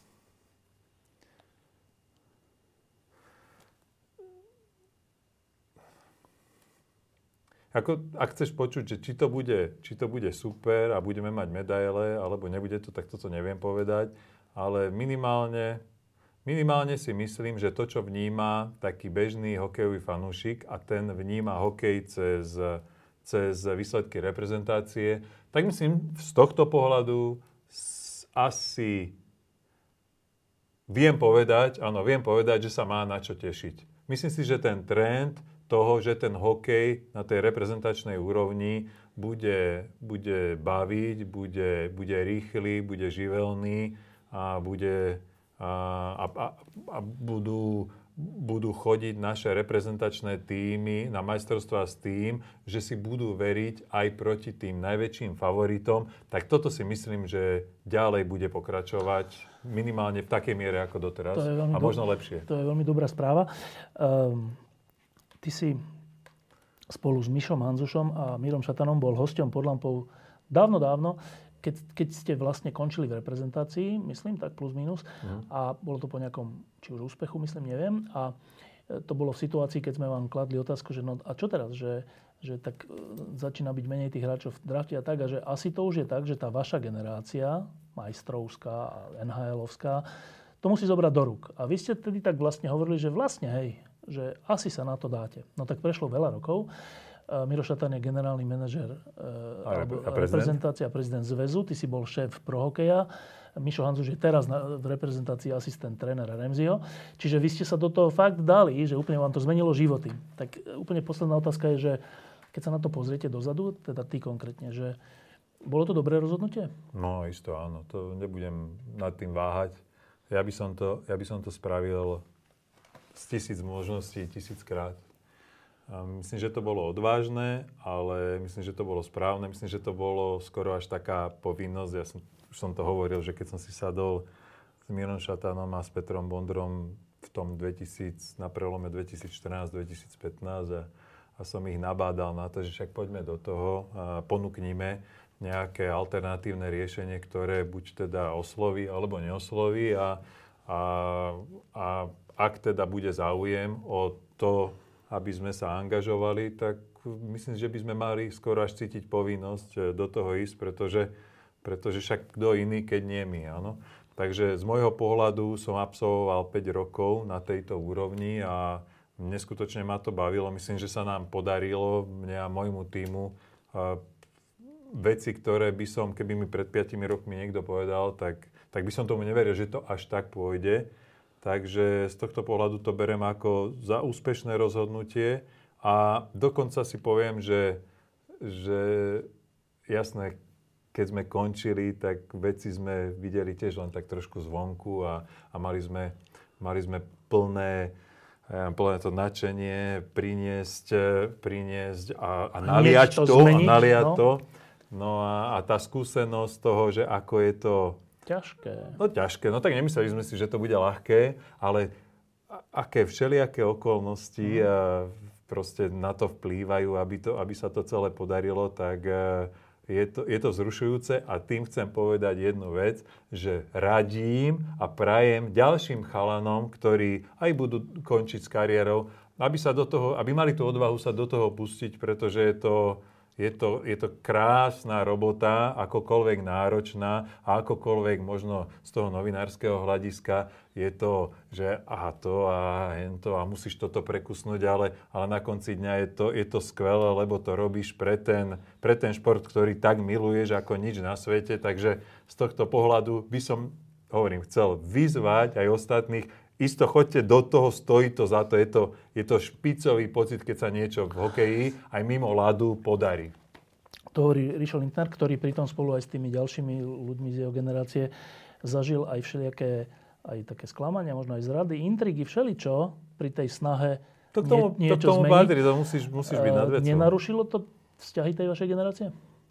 Ako, ak chceš počuť, že či to, bude, či to bude super a budeme mať medaile, alebo nebude to, tak toto neviem povedať. Ale minimálne, minimálne si myslím, že to, čo vníma taký bežný hokejový fanúšik a ten vníma hokej cez, cez výsledky reprezentácie, tak myslím, z tohto pohľadu asi viem povedať, áno, viem povedať, že sa má na čo tešiť. Myslím si, že ten trend toho, že ten hokej na tej reprezentačnej úrovni bude, bude baviť, bude, bude rýchly, bude živelný a, bude, a, a, a, a budú, budú chodiť naše reprezentačné tímy na majstrovstvá s tým, že si budú veriť aj proti tým najväčším favoritom, tak toto si myslím, že ďalej bude pokračovať minimálne v takej miere ako doteraz a možno do... lepšie. To je veľmi dobrá správa. Um... Ty si spolu s Mišom Hanzušom a Mírom Šatanom bol hosťom pod lampou dávno, dávno, keď, keď ste vlastne končili v reprezentácii, myslím, tak plus minus. Mm. A bolo to po nejakom, či už úspechu, myslím, neviem. A to bolo v situácii, keď sme vám kladli otázku, že no a čo teraz? Že, že tak začína byť menej tých hráčov v drafte a tak. A že asi to už je tak, že tá vaša generácia, majstrovská a en há elovská, to musí zobrať do rúk. A vy ste tedy tak vlastne hovorili, že vlastne, hej, že asi sa na to dáte. No tak prešlo veľa rokov. Miro Šatan je generálny manažer a, a reprezentácia a prezident zväzu. Ty si bol šéf pro hokeja. Mišo Hanzuš je teraz na, v reprezentácii asistent trénera Remziho. Čiže vy ste sa do toho fakt dali, že úplne vám to zmenilo životy. Tak úplne posledná otázka je, že keď sa na to pozriete dozadu, teda ty konkrétne, že bolo to dobré rozhodnutie? No isto áno. To nebudem nad tým váhať. Ja by som to, ja by som to spravil z tisíc možností, tisíckrát. A myslím, že to bolo odvážne, ale myslím, že to bolo správne. Myslím, že to bolo skoro až taká povinnosť. Ja som, už som to hovoril, že keď som si sadol s Mírom Šatanom a s Petrom Bondrom v tom dvetisíc, na prelome dvetisícštrnásť dvetisícpätnásť a, a som ich nabádal na to, že však poďme do toho a ponúknime nejaké alternatívne riešenie, ktoré buď teda osloví alebo neosloví a, a, a ak teda bude záujem o to, aby sme sa angažovali, tak myslím, že by sme mali skoro až cítiť povinnosť do toho ísť, pretože, pretože však kto iný, keď nie my, áno. Takže z môjho pohľadu som absolvoval päť rokov na tejto úrovni a neskutočne ma to bavilo. Myslím, že sa nám podarilo, mne a môjmu tímu, veci, ktoré by som, keby mi pred piatimi rokmi niekto povedal, tak, tak by som tomu neveril, že to až tak pôjde. Takže z tohto pohľadu to berem ako za úspešné rozhodnutie a dokonca si poviem, že, že jasné, keď sme končili, tak veci sme videli tiež len tak trošku zvonku a, a mali sme, mali sme plné, ja plné to nadšenie priniesť, priniesť a, a naliať to, to zmeniť, a naliať no. to. No a, a tá skúsenosť toho, že ako je to ťažké. No ťažké. No tak nemysleli sme si, že to bude ľahké, ale aké všelijaké okolnosti mm. proste na to vplývajú, aby, to, aby sa to celé podarilo, tak je to, je to vzrušujúce a tým chcem povedať jednu vec, že radím a prajem ďalším chalanom, ktorí aj budú končiť s kariérou, aby sa do toho, aby mali tú odvahu sa do toho pustiť, pretože je to, Je to, je to krásna robota, akokoľvek náročná a akokoľvek možno z toho novinárskeho hľadiska je to, že aha to a hento a musíš toto prekusnúť, ale, ale na konci dňa je to, je to skvelé, lebo to robíš pre ten, pre ten šport, ktorý tak miluješ ako nič na svete. Takže z tohto pohľadu by som, hovorím, chcel vyzvať aj ostatných, isto choďte do toho, stojí to za to. Je to, je to špicový pocit, keď sa niečo v hokeji aj mimo ľadu podarí. To hovorí Rišo Lindner, ktorý pritom spolu aj s tými ďalšími ľuďmi z jeho generácie zažil aj všelijaké aj také sklamania, možno aj zrady, intrigy, všeličo pri tej snahe to k tomu, nie, niečo to k tomu zmeniť. patrí, to musíš, musíš byť nad vecou. Nenarušilo to vzťahy tej vašej generácie?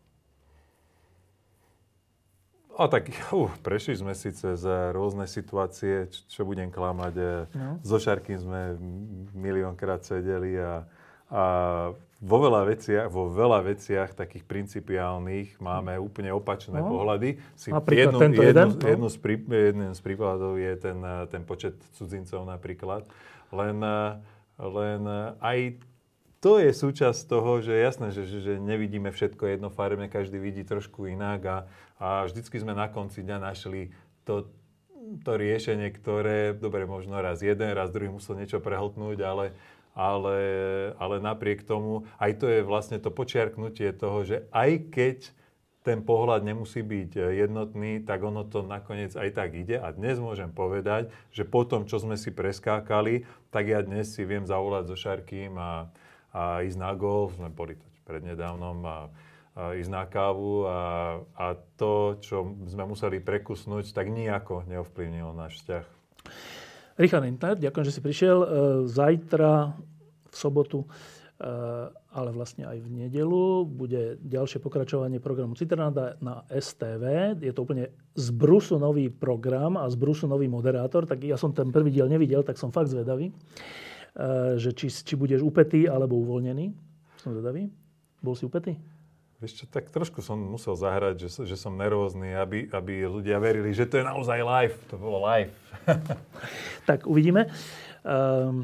A tak, uh, prešli sme si cez rôzne situácie, čo, čo budem klamať. No. So Šarkým sme miliónkrát sedeli a, a vo veľa veciach, vo veľa veciach takých principiálnych máme úplne opačné no. pohľady. Si napríklad jednu, tento jednu, jeden? Jednu z, prí, jedným z príkladov je ten, ten počet cudzincov napríklad. Len, len aj to je súčasť toho, že jasné, že, že, že nevidíme všetko jednofarebne, každý vidí trošku inak a, a vždycky sme na konci dňa našli to, to riešenie, ktoré, dobre, možno raz jeden, raz druhý musel niečo prehltnúť, ale, ale, ale napriek tomu, aj to je vlastne to počiarknutie toho, že aj keď ten pohľad nemusí byť jednotný, tak ono to nakoniec aj tak ide. A dnes môžem povedať, že po tom, čo sme si preskákali, tak ja dnes si viem zavolať so Šarkým a a ísť na golf, sme boli prednedávnom, a, a ísť na kávu a, a to, čo sme museli prekusnúť, tak nijako neovplyvnilo náš vzťah. Richard Lindner, ďakujem, že si prišiel. Zajtra, v sobotu, ale vlastne aj v nedeľu, bude ďalšie pokračovanie programu Citronada na es té vé. Je to úplne z brusu nový program a z brusu nový moderátor, tak ja som ten prvý diel nevidel, tak som fakt zvedavý. Že či, či budeš upätý alebo uvoľnený. Som zvedavý. Bol si upätý? Vieš čo, tak trošku som musel zahrať, že, že som nervózny, aby, aby ľudia verili, že to je naozaj live. To bolo live. Tak uvidíme. Um,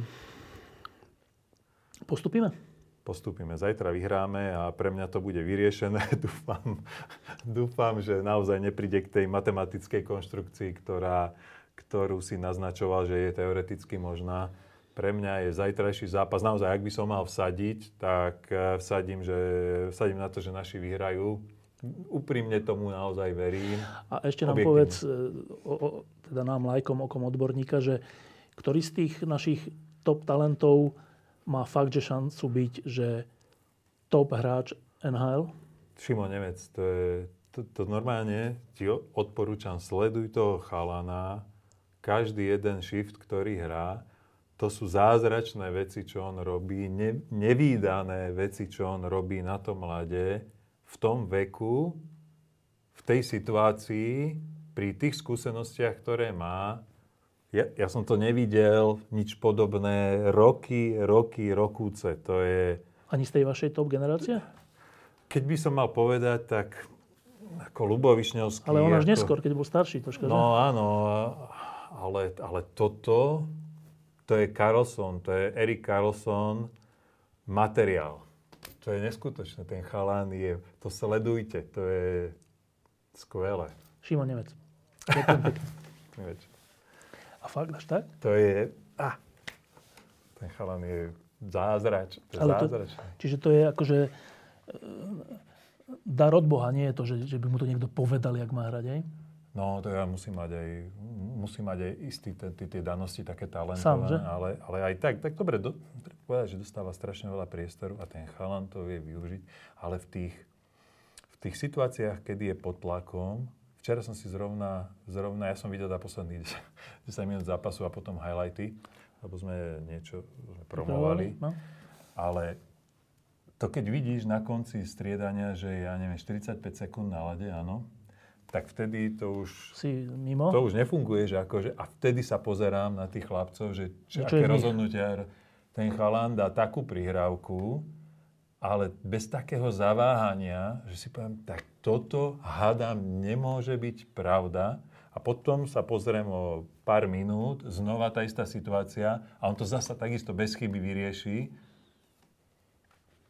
postupíme? Postupíme. Zajtra vyhráme a pre mňa to bude vyriešené. Dúfam, dúfam, že naozaj nepríde k tej matematickej konštrukcii, ktorá, ktorú si naznačoval, že je teoreticky možná. Pre mňa je zajtrajší zápas, naozaj, ak by som mal vsadiť, tak vsadím, že, vsadím na to, že naši vyhrajú. Úprimne tomu naozaj verím. A ešte nám povedz, o, o, teda nám lajkom, okom odborníka, že ktorý z tých našich top talentov má fakt, že šancu byť, že top hráč en há el? Šimon Nemec, to je, to, to normálne ti odporúčam, sleduj toho chalana, každý jeden shift, ktorý hrá. To sú zázračné veci, čo on robí, ne, nevídané veci, čo on robí na tom ľade, v tom veku, v tej situácii, pri tých skúsenostiach, ktoré má. Ja, ja som to nevidel, nič podobné, roky, roky, rokúce. To je... Ani z tej vašej top generácie? Keď by som mal povedať, tak ako Ľubo Višňovský... Ale on až ako... neskôr, keď bol starší troška. No áno, ale, ale toto... To je Karlsson, to je Erik Karlsson, materiál. To je neskutočné, ten chalán je, to sledujte, to je skvelé. Šimon Nemec. Ďakujem pekne. A fakt až tak? To je, ah, ten chalán je zázrač, to je Ale zázračné. To, čiže to je akože dar od Boha, nie je to, že, že by mu to niekto povedal, jak má hrať, aj? No, to ja musím mať aj, musím mať aj istý tie danosti, také Sám, talentované, ale, ale aj tak, tak dobre, do, treba povedať, že dostáva strašne veľa priestoru a ten chalan to vie využiť, ale v tých, v tých situáciách, kedy je pod tlakom, včera som si zrovna, zrovna ja som videl za posledných desať minút zápasu a potom highlighty, lebo sme niečo sme promovali, no. Ale to keď vidíš na konci striedania, že ja neviem, štyridsaťpäť sekúnd na ľade, áno, tak vtedy to už, si mimo? To už nefunguje, že akože, a vtedy sa pozerám na tých chlapcov, že, že aké rozhodnutia ten chalán dá takú prihrávku, ale bez takého zaváhania, že si poviem, tak toto, hádam, nemôže byť pravda. A potom sa pozriem o pár minút, znova tá istá situácia a on to zasa takisto bez chyby vyrieši.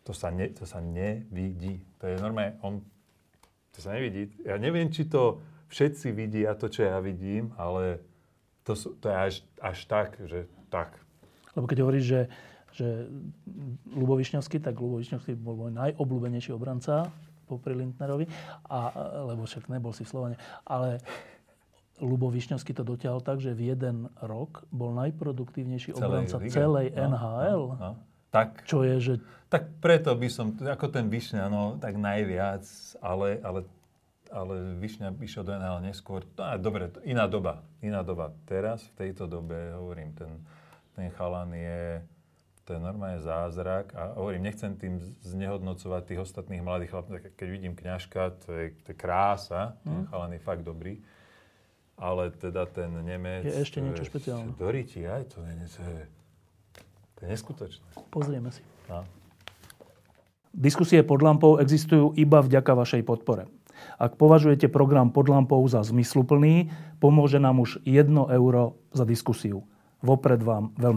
To sa, ne, to sa nevidí. To je normálne, on, to sa nevidí. Ja neviem, či to všetci vidia, to, čo ja vidím, ale to, sú, to je až, až tak, že tak. Lebo keď hovoríš, že, že Ľubo Višňovský, tak Ľubo Višňovský bol môj najobľúbenejší obranca popri Lindnerovi, a, lebo však nebol si v Slovane, ale Ľubo Višňovský to dotiahol tak, že v jeden rok bol najproduktívnejší obranca celej, celej en há el. No, no, no. Tak, čo je, že... Tak preto by som, ako ten Višňa, no tak najviac, ale, ale, ale Višňa išiel do en há el neskôr. No, dobre, iná doba, iná doba. Teraz, v tejto dobe, hovorím, ten, ten chalan je, to je normálne zázrak a hovorím, nechcem tým znehodnocovať tých ostatných mladých chlapcov. Keď vidím Kňažka, to je, to je krása, ten hmm. chalan je fakt dobrý. Ale teda ten Nemec... Je ešte niečo je, špeciálne. Doriti, aj to je, to je, to je neskutočné. Pozrieme si. No. Diskusie pod lampou existujú iba vďaka vašej podpore. Ak považujete program Pod lampou za zmysluplný, pomôže nám už jedno euro za diskusiu. Vopred vám veľmi